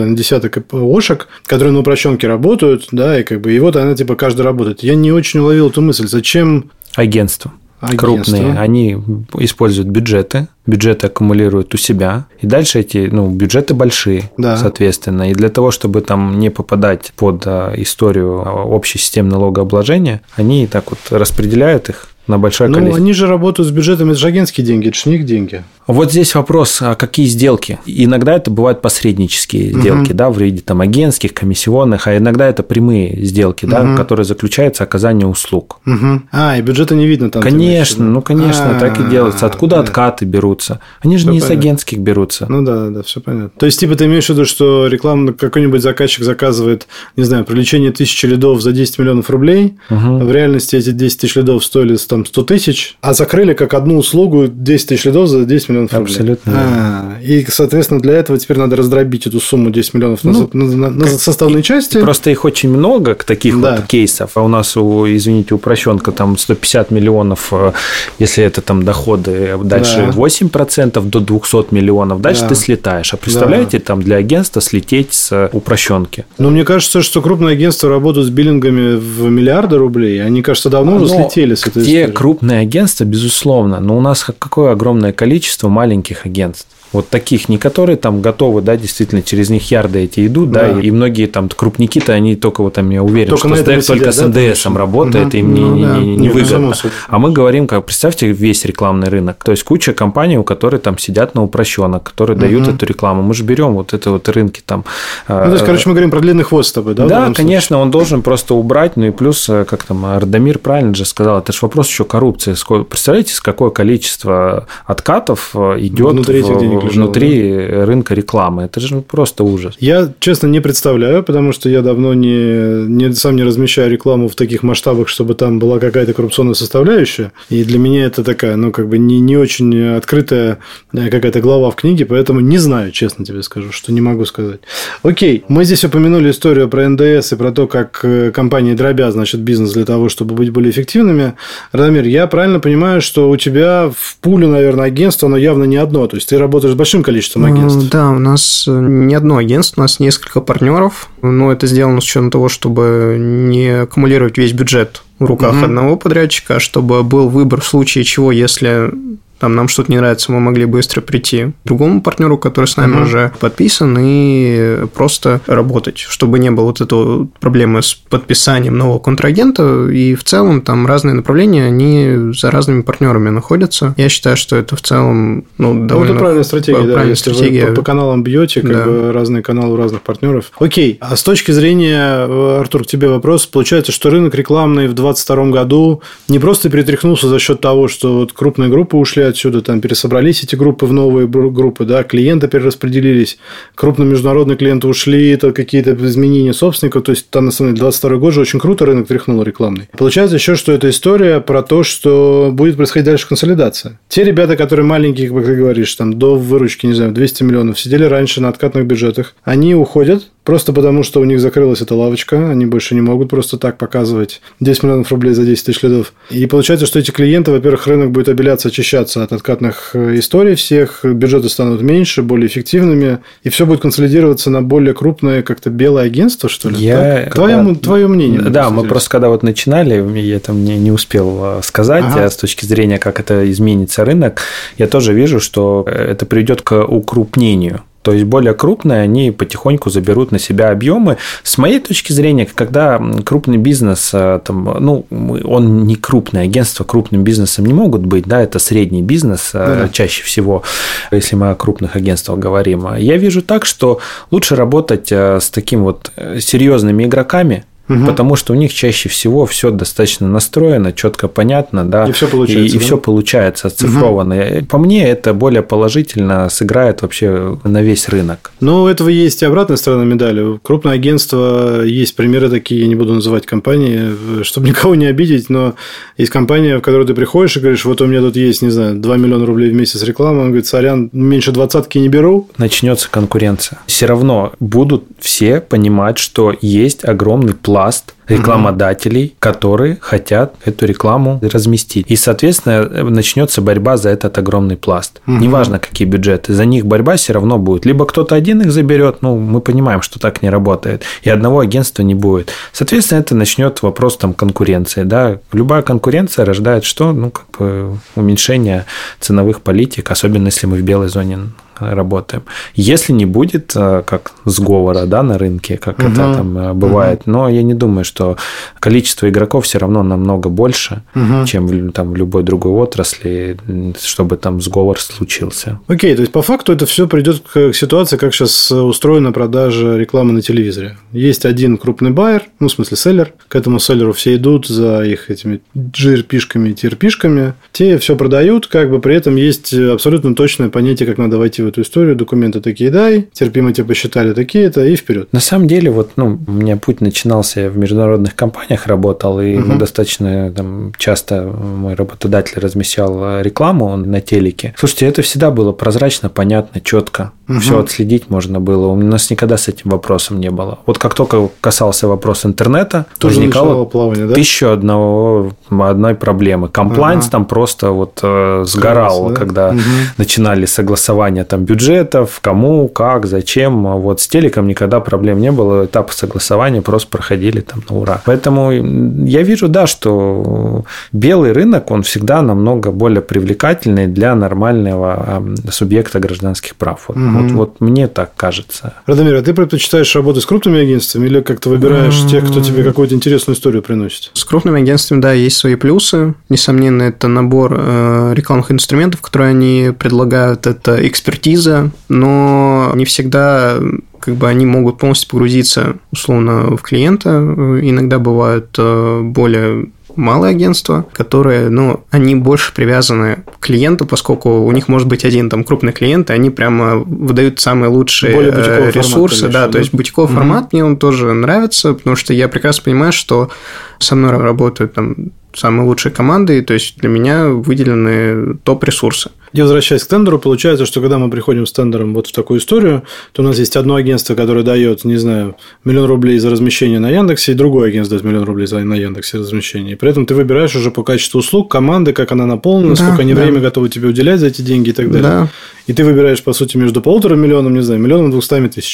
Ошек, которые на упрощенке работают, да, и как бы и вот она типа каждый работает. Я не очень уловил эту мысль. Зачем агентства крупные, они используют бюджеты аккумулируют у себя, и дальше эти бюджеты большие, соответственно, и для того, чтобы там не попадать под историю общей системы налогообложения, они так вот распределяют их на большое количество. Они же работают с бюджетами, это же агентские деньги, это же не их деньги. Вот здесь вопрос, а какие сделки? Иногда это бывают посреднические сделки, да, в виде там агентских, комиссионных, а иногда это прямые сделки, да, которые заключаются оказание услуг. И бюджета не видно там. Конечно, конечно, так и делается. Откуда откаты берутся? Они же не из агентских берутся. Да, все понятно. То есть, типа, ты имеешь в виду, что рекламный какой-нибудь заказчик заказывает, не знаю, привлечение 1000 лидов за 10 миллионов рублей, в реальности эти 10 тысяч лидов стоили там 100 тысяч, а закрыли как одну услугу 10 тысяч лидов за 10 миллионов рублей. Абсолютно. И, соответственно, для этого теперь надо раздробить эту сумму 10 миллионов на составные части. Просто их очень много, таких вот кейсов. А у нас, извините, упрощенка там 150 миллионов, если это там доходы, дальше 8% до 200 миллионов, дальше ты слетаешь. А представляете, там для агентства слететь с упрощенки? Мне кажется, что крупные агентства работают с биллингами в миллиарды рублей. Они, кажется, давно уже слетели с этой историей. Крупные агентства, безусловно, но у нас какое огромное количество маленьких агентств. Вот таких, не которые там готовы, да, действительно, через них ярды эти идут, да, и многие там крупники-то, они только вот там, я уверен, только что стоят только с НДСом работает, им не выгодно. А мы говорим, как, представьте, весь рекламный рынок, то есть куча компаний, у которых там сидят на упрощенок, которые дают эту рекламу. Мы же берем вот это вот рынки там. То есть, короче, мы говорим про длинный хвост с тобой, да? Да, конечно, он должен просто убрать, и плюс, как там Радомир правильно же сказал, это же вопрос еще коррупции. Представляете, с какое количество откатов идет внутри рынка рекламы. Это же просто ужас. Я, честно, не представляю, потому что я давно сам не размещаю рекламу в таких масштабах, чтобы там была какая-то коррупционная составляющая. И для меня это такая, не очень открытая какая-то глава в книге, поэтому не знаю, честно тебе скажу, что не могу сказать. Окей, мы здесь упомянули историю про НДС и про то, как компании дробят, бизнес для того, чтобы быть более эффективными. Радомир, я правильно понимаю, что у тебя в пуле, наверное, агентство, оно явно не одно, то есть ты работаешь с большим количеством агентств. Да, у нас не одно агентство, у нас несколько партнеров, но это сделано с учетом того, чтобы не аккумулировать весь бюджет в руках одного подрядчика, а чтобы был выбор в случае чего, если там нам что-то не нравится, мы могли быстро прийти к другому партнеру, который с нами уже подписан, и просто работать, чтобы не было вот этой проблемы с подписанием нового контрагента, и в целом там разные направления, они за разными партнерами находятся. Я считаю, что это в целом довольно... это правильная стратегия, да, если вы по каналам бьете, бы разные каналы у разных партнеров. Окей, а с точки зрения, Артур, к тебе вопрос, получается, что рынок рекламный в 2022 году не просто перетряхнулся за счет того, что вот крупные группы ушли отсюда, там пересобрались эти группы в новые группы, да, клиенты перераспределились, крупные международные клиенты ушли, это какие-то изменения собственников, то есть там, на самом деле, 2022 год же очень круто рынок тряхнул рекламный. Получается еще, что это история про то, что будет происходить дальше консолидация. Те ребята, которые маленькие, как ты говоришь, там до выручки, не знаю, 200 миллионов, сидели раньше на откатных бюджетах, они уходят, просто потому, что у них закрылась эта лавочка, они больше не могут просто так показывать 10 миллионов рублей за 10 тысяч лидов. И получается, что эти клиенты, во-первых, рынок будет обеляться, очищаться от откатных историй всех, бюджеты станут меньше, более эффективными, и все будет консолидироваться на более крупное, как-то белое агентство, что ли? Твое мнение. Да, мы просто когда вот начинали, я там не успел сказать, с точки зрения, как это изменится рынок, я тоже вижу, что это приведет к укрупнению. То есть, более крупные, они потихоньку заберут на себя объемы. С моей точки зрения, когда крупный бизнес, там, он не крупное агентство, крупным бизнесом не могут быть, да, это средний бизнес чаще всего, если мы о крупных агентствах говорим. Я вижу так, что лучше работать с таким вот серьезными игроками, потому что у них чаще всего все достаточно настроено, четко понятно, да, и все получается, все получается оцифровано. По мне, это более положительно сыграет вообще на весь рынок. Но у этого есть и обратная сторона медали. Крупные агентства, есть примеры такие, я не буду называть компании, чтобы никого не обидеть, но есть компания, в которую ты приходишь и говоришь, вот у меня тут есть, не знаю, 2 миллиона рублей в месяц рекламы, он говорит, сорян, меньше 20-ки не беру. Начнется конкуренция. Все равно будут все понимать, что есть огромный пласт рекламодателей, которые хотят эту рекламу разместить. И, соответственно, начнется борьба за этот огромный пласт. Неважно, какие бюджеты, за них борьба все равно будет. Либо кто-то один их заберет, мы понимаем, что так не работает, и одного агентства не будет. Соответственно, это начнет вопрос там конкуренции. Да? Любая конкуренция рождает что? Уменьшение ценовых политик, особенно если мы в белой зоне работаем. Если не будет как сговора, да, на рынке, как это там бывает, но я не думаю, что количество игроков все равно намного больше, чем там в любой другой отрасли, чтобы там сговор случился. Окей, то есть по факту это все придет к ситуации, как сейчас устроена продажа рекламы на телевизоре. Есть один крупный байер, в смысле селлер, к этому селлеру все идут за их этими GRP-шками и TRP-шками, те все продают, при этом есть абсолютно точное понятие, как надо войти в эту историю, документы такие дай, терпимо тебе посчитали такие-то, и вперед. На самом деле, у меня путь начинался, я в международных компаниях работал, и мы достаточно часто мой работодатель размещал рекламу на телеке. Слушайте, это всегда было прозрачно, понятно, четко. Все отследить можно было. У нас никогда с этим вопросом не было. Вот как только касался вопрос интернета, тоже возникало плавание, да? 1001 проблемы. Комплайнс там просто сгорал, да? Когда начинали согласование бюджетов, кому, как, зачем. Вот с телеком никогда проблем не было. Этапы согласования просто проходили на ура. Поэтому я вижу, да, что белый рынок, он всегда намного более привлекательный для нормального субъекта гражданских прав. Вот мне так кажется. Радомир, а ты предпочитаешь работать с крупными агентствами или как-то выбираешь тех, кто тебе какую-то интересную историю приносит? С крупными агентствами, да, есть свои плюсы. Несомненно, это набор рекламных инструментов, которые они предлагают, это экспертиза, но не всегда они могут полностью погрузиться, условно, в клиента. Иногда бывают более малые агентства, которые, они больше привязаны к клиенту, поскольку у них может быть один крупный клиент, и они прямо выдают самые лучшие ресурсы. Формат, то есть бутиковый формат мне он тоже нравится, потому что я прекрасно понимаю, что со мной работают самые лучшие команды, то есть для меня выделены топ-ресурсы. И возвращаясь к тендеру, получается, что когда мы приходим с тендером в такую историю, то у нас есть одно агентство, которое дает, не знаю, 1 миллион рублей за размещение на Яндексе, и другое агентство дает 1 миллион рублей на Яндексе размещение. И при этом ты выбираешь уже по качеству услуг команды, как она наполнена, сколько они время готовы тебе уделять за эти деньги и так далее. Да. И ты выбираешь, по сути, между 1,5 миллионом, не знаю, 1 200 000.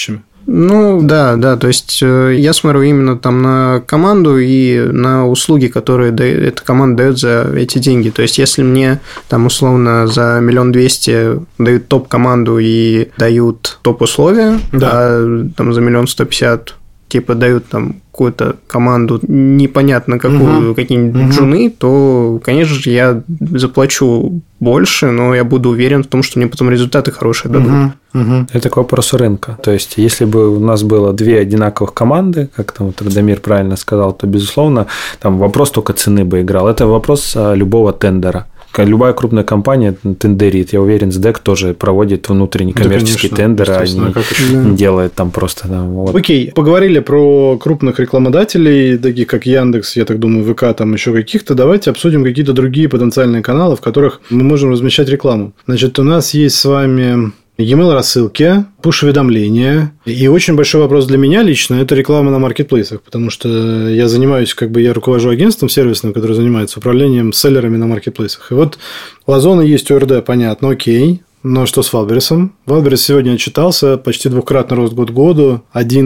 Ну, да, то есть я смотрю именно там на команду и на услуги, которые эта команда дает за эти деньги. То есть, если мне там условно за 1 200 000 дают топ-команду и дают топ-условия, а там за 1 150 000 типа дают там какую-то команду непонятно какую, какие-нибудь джуны, то, конечно же, я заплачу больше, но я буду уверен в том, что мне потом результаты хорошие дадут. Это к вопросу рынка. То есть, если бы у нас было 2 одинаковых команды, как там вот Радомир правильно сказал, то, безусловно, там вопрос только цены бы играл. Это вопрос любого тендера. Любая крупная компания тендерит. Я уверен, СДЭК тоже проводит внутренний коммерческий тендер, а не делает там просто... вот. Окей, поговорили про крупных рекламодателей, таких как Яндекс, я так думаю, ВК, там еще каких-то. Давайте обсудим какие-то другие потенциальные каналы, в которых мы можем размещать рекламу. Значит, у нас есть с вами... E-mail рассылки, пуш-уведомления. И очень большой вопрос для меня лично – это реклама на маркетплейсах, потому что я занимаюсь, я руковожу агентством сервисным, которое занимается управлением селлерами на маркетплейсах. И вот у Озона есть ОРД, понятно, окей. Но что с Валбересом? Валберес сегодня отчитался, почти 2-кратный рост год к году,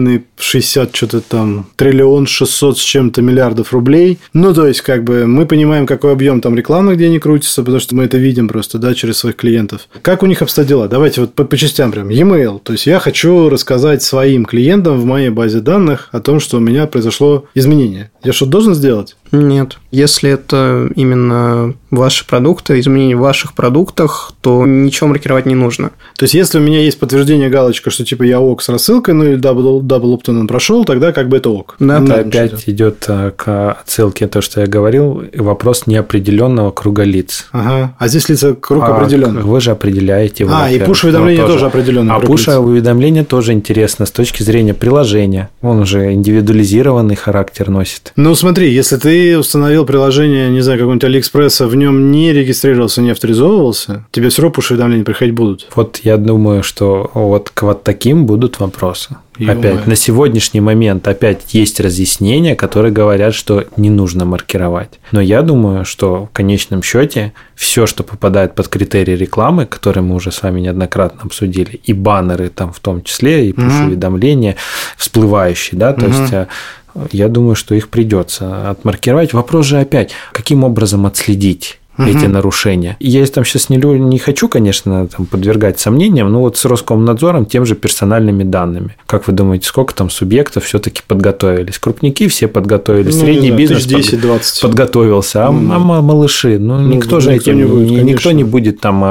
1,60 что-то там, 1 600 000 с чем-то миллиардов рублей. Ну, то есть, мы понимаем, какой объем там рекламных денег крутится, потому что мы это видим просто, через своих клиентов. Как у них обстоят дела? Давайте вот по частям прям. E-mail. То есть, я хочу рассказать своим клиентам в моей базе данных о том, что у меня произошло изменение. Я что-то должен сделать? Нет. Если это именно ваши продукты, изменения в ваших продуктах, то ничего маркировать не нужно. То есть, если у меня есть подтверждение галочка, что типа я ок с рассылкой, или дабл opt-in прошел, тогда это ок. Да, это опять идет к отсылке то, что я говорил, вопрос неопределенного круга лиц. Ага. А здесь лица круг определенный. Вы же определяете. И пуш-уведомление тоже определенный. А пуш-уведомление тоже интересно с точки зрения приложения. Он уже индивидуализированный характер носит. Ну, смотри, если ты установил приложение, не знаю, какого-нибудь Алиэкспресса, в нем не регистрировался, не авторизовывался, тебе все равно пуш-уведомления приходить будут. Вот я думаю, что вот к вот таким будут вопросы. Опять, на сегодняшний момент опять есть разъяснения, которые говорят, что не нужно маркировать. Но я думаю, что в конечном счете все, что попадает под критерии рекламы, которые мы уже с вами неоднократно обсудили, и баннеры там в том числе, и пуш-уведомления всплывающие, то есть... Я думаю, что их придется отмаркировать. Вопрос же опять, каким образом отследить эти нарушения. Я там сейчас не хочу, конечно, подвергать сомнениям, но вот с Роскомнадзором тем же персональными данными. Как вы думаете, сколько там субъектов все-таки подготовились? Крупники все подготовились, средний бизнес 10-20 подготовился, а малыши, никто же этим, никто не будет там,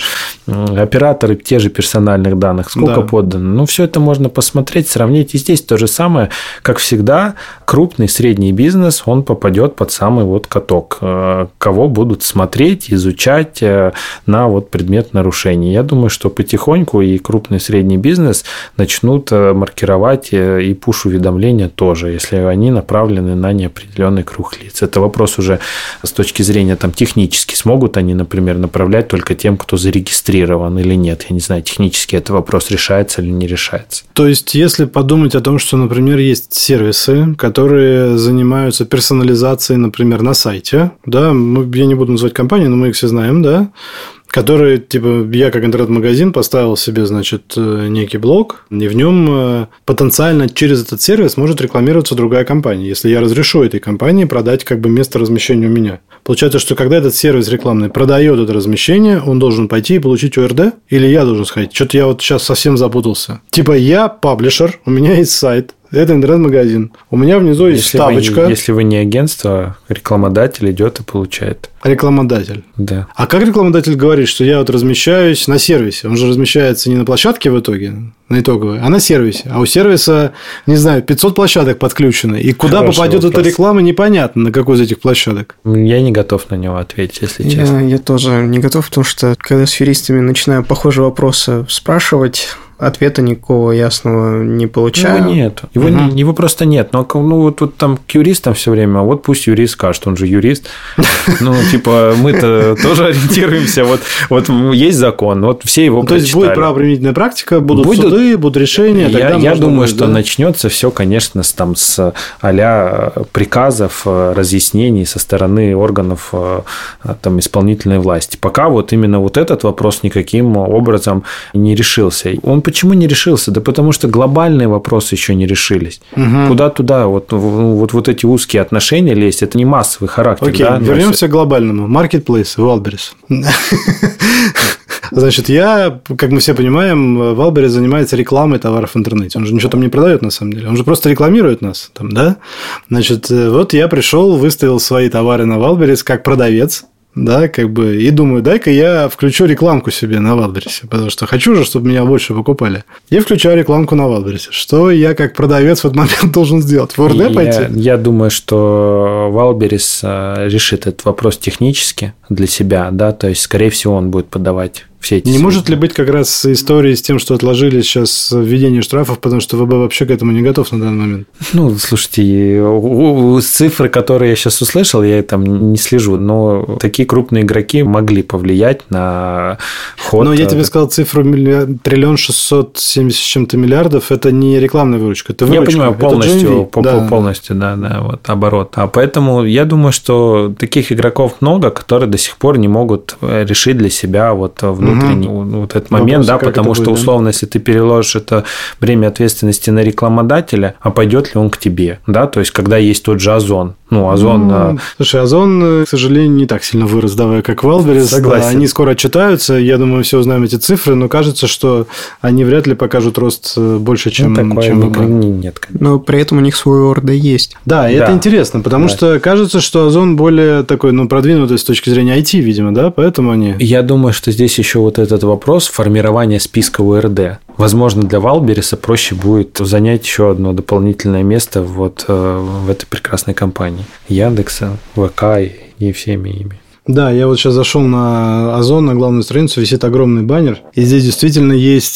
операторы те же персональных данных, сколько поддано. Все это можно посмотреть, сравнить. И здесь то же самое, как всегда, крупный, средний бизнес, он попадет под самый каток. Кого будут смотреть, изучать на предмет нарушений. Я думаю, что потихоньку и крупный, средний бизнес начнут маркировать и пуш-уведомления тоже, если они направлены на неопределенный круг лиц. Это вопрос уже с точки зрения технически. Смогут они, например, направлять только тем, кто зарегистрирован или нет? Я не знаю, технически этот вопрос решается или не решается. То есть, если подумать о том, что, например, есть сервисы, которые занимаются персонализацией, например, на сайте, я не буду называть компании, но мы их все знаем, которые, я как интернет-магазин поставил себе, некий блог, и в нем потенциально через этот сервис может рекламироваться другая компания, если я разрешу этой компании продать место размещения у меня. Получается, что когда этот сервис рекламный продает это размещение, он должен пойти и получить ОРД, или я должен сходить? Что-то я сейчас совсем запутался. Я паблишер, у меня есть сайт, это интернет-магазин. У меня внизу есть табочка. Если вы не агентство, рекламодатель идет и получает. Рекламодатель? Да. А как рекламодатель говорит, что я размещаюсь на сервисе? Он же размещается не на площадке в итоге, на итоговой, а на сервисе. А у сервиса, 500 площадок подключено. И куда попадет эта реклама, непонятно, на какой из этих площадок. Я не готов на него ответить, если честно. Я тоже не готов, потому что когда с юристами начинаю похожие вопросы спрашивать, ответа никакого ясного не получаю. Его нет. Его просто нет. Но вот там к юристам все время, пусть юрист скажет, он же юрист. Мы-то тоже ориентируемся. Вот есть закон, все его прочитали. То есть, будет правоприменительная практика, будут суды, будут решения. Я думаю, что начнется все, конечно, с а-ля приказов, разъяснений со стороны органов исполнительной власти. Пока именно этот вопрос никаким образом не решился. Он почему не решился? Да потому что глобальные вопросы еще не решились. Куда туда? Вот эти узкие отношения лезть, это не массовый характер. Окей, да? Вернемся к глобальному. Marketplace, Wildberries. Значит, как мы все понимаем, Wildberries занимается рекламой товаров в интернете. Он же ничего там не продает, на самом деле. Он же просто рекламирует нас там, да? Значит, вот я пришел, выставил свои товары на Wildberries как продавец. Да, и думаю, дай-ка я включу рекламку себе на Wildberries, потому что хочу же, чтобы меня больше покупали. И включаю рекламку на Wildberries. Что я как продавец в этот момент должен сделать? В ОРД пойти? Я думаю, что Wildberries решит этот вопрос технически для себя, да, то есть, скорее всего, он будет подавать все эти... Не может ли быть как раз истории с тем, что отложили сейчас введение штрафов, потому что ВБ вообще к этому не готов на данный момент? Слушайте, цифры, которые я сейчас услышал, я там не слежу, но такие крупные игроки могли повлиять на ход. Но я тебе сказал цифру 1 670 с чем-то миллиардов, это не рекламная выручка, это выручка. Я понимаю, полностью, да, оборот. А поэтому я думаю, что таких игроков много, которые до сих пор не могут решить для себя внутренний этот момент, да, потому что, условно, если ты переложишь это бремя ответственности на рекламодателя, а пойдет ли он к тебе, да, то есть, когда есть тот же Озон. Озон... Слушай, Озон, к сожалению, не так сильно вырос, как Wildberries. Согласен. Они скоро отчитаются, я думаю, все узнаем эти цифры, но кажется, что они вряд ли покажут рост больше, чем нет. Но при этом у них свой ОРД есть. Да, и это интересно, потому что кажется, что Озон более такой, продвинутый с точки зрения IT, видимо, да, поэтому они... Я думаю, что здесь еще этот вопрос формирования списка ОРД. Возможно, для Wildberries проще будет занять еще одно дополнительное место в этой прекрасной компании. Яндекса, ВК и всеми ими. Да, я сейчас зашел на Озон, на главную страницу, висит огромный баннер, и здесь действительно есть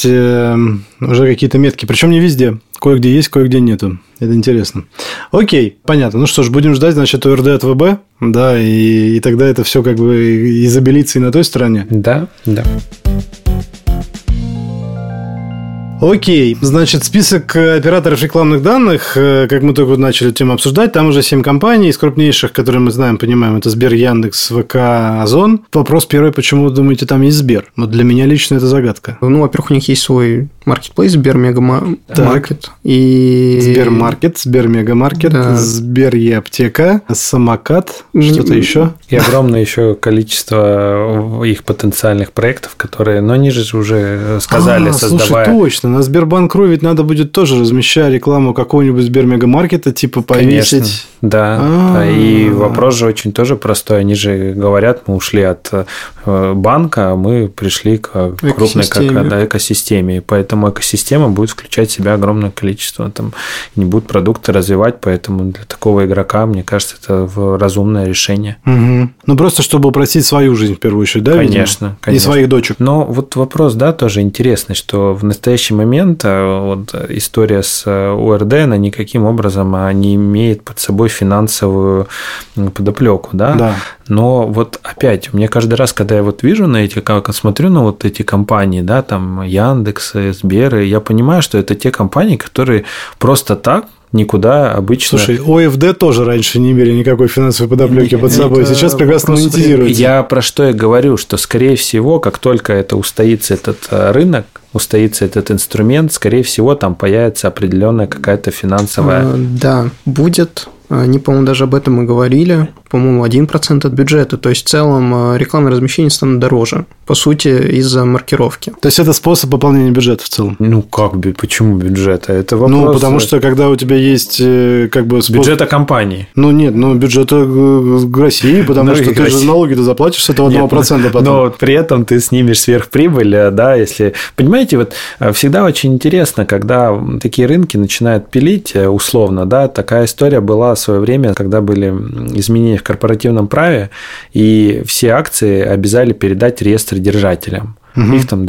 уже какие-то метки, причем не везде, кое-где есть, кое-где нету. Это интересно. Окей, понятно. Ну что ж, будем ждать, значит, ОРД от ВБ, да, и тогда это все изобелится и на той стороне. Да. Окей, значит, список операторов рекламных данных, как мы только начали эту тему обсуждать, там уже 7 компаний из крупнейших, которые мы знаем, понимаем, это Сбер, Яндекс, ВК, Озон. Вопрос первый, почему вы думаете, там есть Сбер? Для меня лично это загадка. Во-первых, у них есть свой маркетплейс, Сбер Мегамаркет. И... Сбермаркет, Сбер Мегамаркет, да. Сбер Е-аптека, Самокат, что-то еще. И огромное еще количество их потенциальных проектов, которые, но они же уже сказали, создавая... Слушай, точно. На Сбербанк.ру ведь надо будет тоже, размещая рекламу какого-нибудь Сбермегамаркета, повесить. Конечно, да. И вопрос же очень тоже простой. Они же говорят, мы ушли от банка, а мы пришли к крупной экосистеме. И поэтому экосистема будет включать в себя огромное количество. Там не будут продукты развивать, поэтому для такого игрока, мне кажется, это разумное решение. Угу. Просто чтобы упростить свою жизнь в первую очередь, да? Конечно. И своих дочек. Но вопрос, да, тоже интересный, что в настоящий момент история с ОРД, она никаким образом не имеет под собой финансовую подоплеку, да? Да. Но опять, мне каждый раз, когда я вижу смотрю на эти компании, да, там Яндекс, Сбер, я понимаю, что это те компании, которые просто так никуда обычно... Слушай, ОФД тоже раньше не имели никакой финансовой подоплеки под собой, сейчас прекрасно монетизируется. Я про что и говорю, что, скорее всего, как только это устоится этот рынок, устоится этот инструмент, скорее всего, там появится определенная какая-то финансовая... Да, будет. Они, по-моему, даже об этом и говорили. По-моему, 1% от бюджета. То есть, в целом, рекламные размещения станут дороже. По сути, из-за маркировки. То есть, это способ пополнения бюджета в целом? Почему бюджета? Это вопрос... потому что, когда у тебя есть бюджета компании. Бюджета России, потому что ты же налоги-то заплатишь с этого 1% потом. Но при этом ты снимешь сверхприбыль, да, если... Понимаете, всегда очень интересно, когда такие рынки начинают пилить, условно, да, такая история была в свое время, когда были изменения в корпоративном праве, и все акции обязали передать реестр держателям. Их там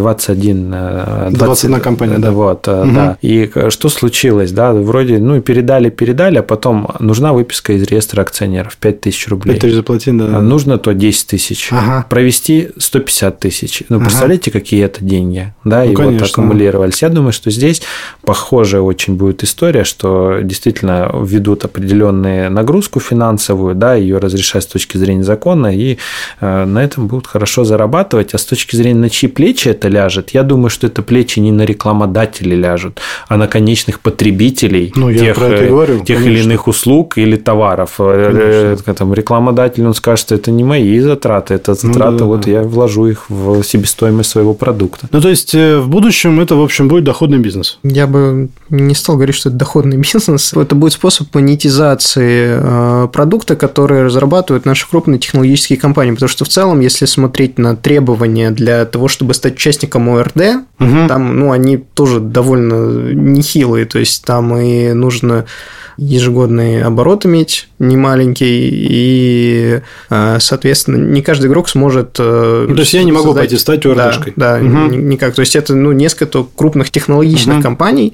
21 компания, да. Да. И что случилось, да, вроде, передали, а потом нужна выписка из реестра акционеров, 5000 рублей. 5000 заплати, да. Нужно то 10 тысяч. Провести 150 тысяч. Представляете, какие это деньги, да, и конечно. Аккумулировались. Я думаю, что здесь похожая очень будет история, что действительно введут определенную нагрузку финансовую, да, ее разрешать с точки зрения закона, и на этом будут хорошо зарабатывать, а с точки зрения на чип плечи это ляжет, я думаю, что это плечи не на рекламодателей ляжут, а на конечных потребителей тех или иных услуг или товаров. Там, рекламодатель, он скажет, что это не мои затраты, это затраты, я вложу их в себестоимость своего продукта. То есть, в будущем это, в общем, будет доходный бизнес? Я бы не стал говорить, что это доходный бизнес. Это будет способ монетизации продукта, который разрабатывают наши крупные технологические компании. Потому что в целом, если смотреть на требования для того, чтобы стать участником ОРД, там, они тоже довольно нехилые. То есть, там и нужно ежегодный оборот иметь немаленький, и, соответственно, не каждый игрок сможет... То есть, я не могу пойти стать ОРДшкой? Да, никак. То есть, это несколько крупных технологичных компаний,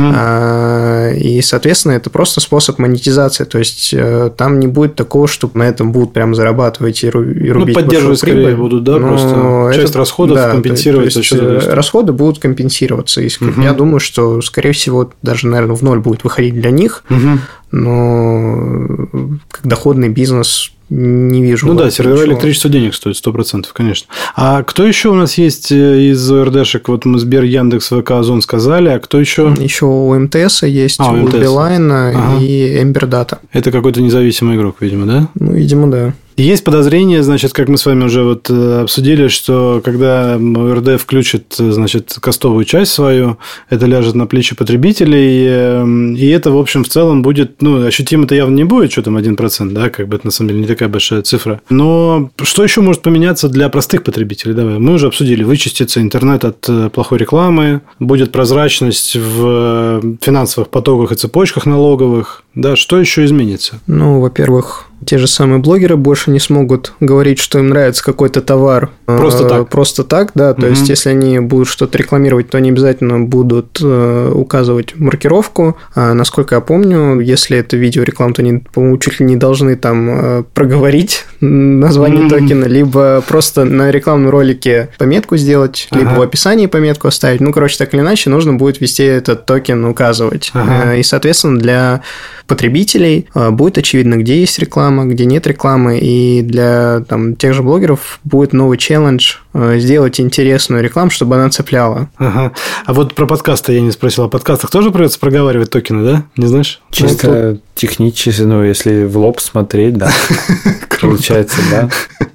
и, соответственно, это просто способ монетизации. То есть, там не будет такого, что на этом будут прям зарабатывать и рубить поддерживать скорее будут, да, просто часть расходов компенсировать за счет расходы будут компенсироваться. И я думаю, что, скорее всего, даже, наверное, в ноль будет выходить для них, но как доходный бизнес не вижу. Сервера электричество денег стоит 100%, конечно. А кто еще у нас есть из ОРДшек? Вот мы Сбер, Яндекс, ВК, Озон сказали, а кто еще? Еще у МТС есть, у Билайна и Эмбер Дата. Это какой-то независимый игрок, видимо, да? Видимо, да. Есть подозрение, значит, как мы с вами уже обсудили, что когда ОРД включит, значит, костовую часть свою, это ляжет на плечи потребителей, и это, в общем, в целом будет, ощутимо-то явно не будет, что там 1%, да, как бы это на самом деле не такая большая цифра. Но что еще может поменяться для простых потребителей? Давай, мы уже обсудили, вычистится интернет от плохой рекламы, будет прозрачность в финансовых потоках и цепочках налоговых, да, что еще изменится? Во-первых, те же самые блогеры больше не смогут говорить, что им нравится какой-то товар просто так, да. То есть, если они будут что-то рекламировать, то они обязательно будут указывать маркировку. Насколько я помню, если это видеореклама, то они, по-моему, чуть ли не должны там проговорить название токена, либо просто на рекламном ролике пометку сделать, либо в описании пометку оставить. Так или иначе, нужно будет везде этот токен указывать. И, соответственно, для потребителей будет очевидно, где есть реклама, где нет рекламы, и для тех же блогеров будет новый челлендж сделать интересную рекламу, чтобы она цепляла. А вот про подкасты я не спросил. О подкастах тоже придется проговаривать токены, да? Не знаешь? Чисто технически, если в лоб смотреть, да. Получается, да.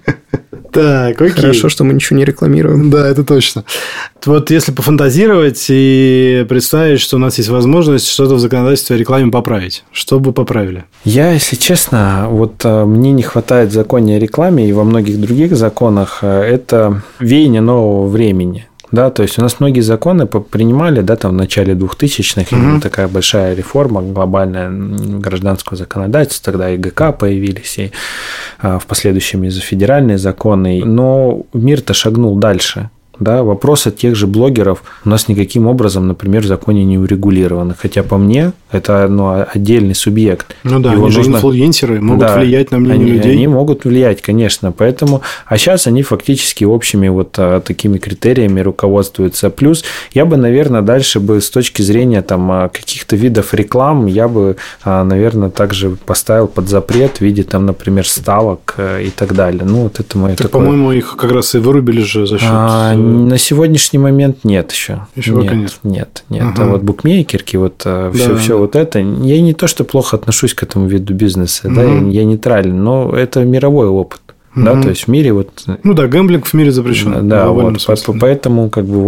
Так, окей. Хорошо, что мы ничего не рекламируем. Да, это точно. Вот если пофантазировать и представить, что у нас есть возможность что-то в законодательстве о рекламе поправить, что бы поправили? Я, если честно, мне не хватает в законе о рекламе и во многих других законах это веяние нового времени. Да, то есть у нас многие законы принимали, да, в начале 2000-х, именно такая большая реформа глобальная гражданского законодательства, тогда и ГК появились, и в последующем и федеральные законы, но мир-то шагнул дальше. Да, вопрос от тех же блогеров у нас никаким образом, например, в законе не урегулированы. Хотя по мне это отдельный субъект. Они же инфлюенсеры, могут влиять на мнение людей. Они могут влиять, конечно. Поэтому, сейчас они фактически общими такими критериями руководствуются. Плюс я бы, наверное, дальше с точки зрения каких-то видов реклам, я бы, наверное, также поставил под запрет в виде, например, ставок и так далее. Это мое такое... По-моему, их как раз и вырубили же за счет... На сегодняшний момент нет еще. Еще пока нет. Нет. А букмекерки, все это. Я не то, что плохо отношусь к этому виду бизнеса, да, я нейтрален, но это мировой опыт. Да, то есть в мире гэмблинг в мире запрещен. Да, поэтому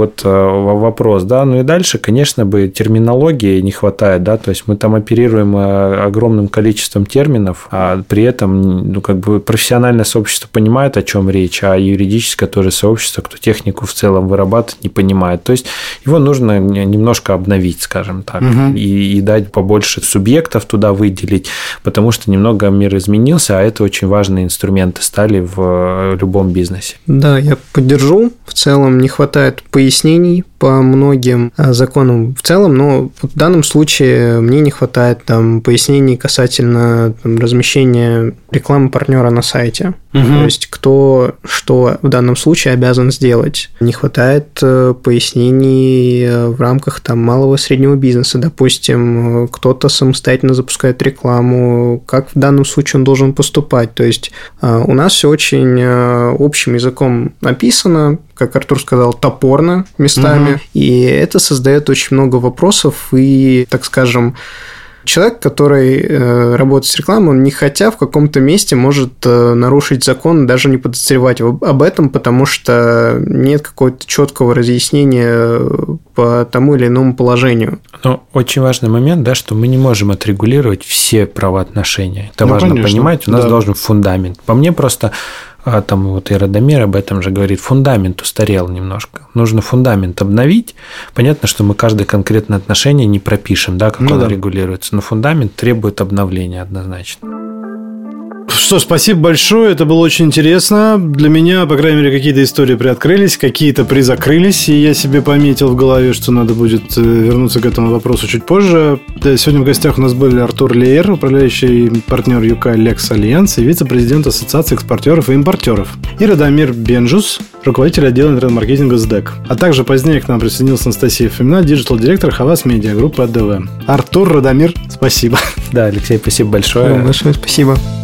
вопрос, да. И дальше, конечно, терминологии не хватает, да, то есть мы оперируем огромным количеством терминов, а при этом, профессиональное сообщество понимает, о чем речь, а юридическое тоже сообщество, кто технику в целом вырабатывает, не понимает. То есть его нужно немножко обновить, скажем так, и дать побольше субъектов туда выделить, потому что немного мир изменился, а это очень важные инструменты стали в любом бизнесе. Да, я поддержу. В целом не хватает пояснений по многим законам в целом, но в данном случае мне не хватает пояснений касательно размещения рекламы партнера на сайте. То есть, кто что в данном случае обязан сделать. Не хватает пояснений в рамках там, малого и среднего бизнеса. Допустим, кто-то самостоятельно запускает рекламу, как в данном случае он должен поступать. То есть, у нас все очень общим языком написано, как Артур сказал, топорно местами, и это создает очень много вопросов и, так скажем, человек, который работает с рекламой, он не хотя в каком-то месте может нарушить закон, даже не подозревать об этом, потому что нет какого-то четкого разъяснения по тому или иному положению. Но очень важный момент, да, что мы не можем отрегулировать все правоотношения. Это важно конечно. Понимать, у нас должен фундамент. По мне просто... там вот и Радомир об этом же говорит, фундамент устарел немножко. Нужно фундамент обновить. Понятно, что мы каждое конкретное отношение не пропишем, да, как оно регулируется, но фундамент требует обновления однозначно. Что, спасибо большое, это было очень интересно. Для меня, по крайней мере, какие-то истории приоткрылись, какие-то призакрылись, и я себе пометил в голове, что надо будет вернуться к этому вопросу чуть позже. Сегодня в гостях у нас были Артур Леер, управляющий партнер ЮК Lex Alliance и вице-президент Ассоциации экспортеров и импортеров, и Радомир Бенжус, руководитель отдела интернет-маркетинга СДЭК. А также позднее к нам присоединился Анастасия Фомина, диджитал-директор Havas Media группы АДВ. Артур, Радомир, спасибо. Да, Алексей, спасибо большое. Большое спасибо.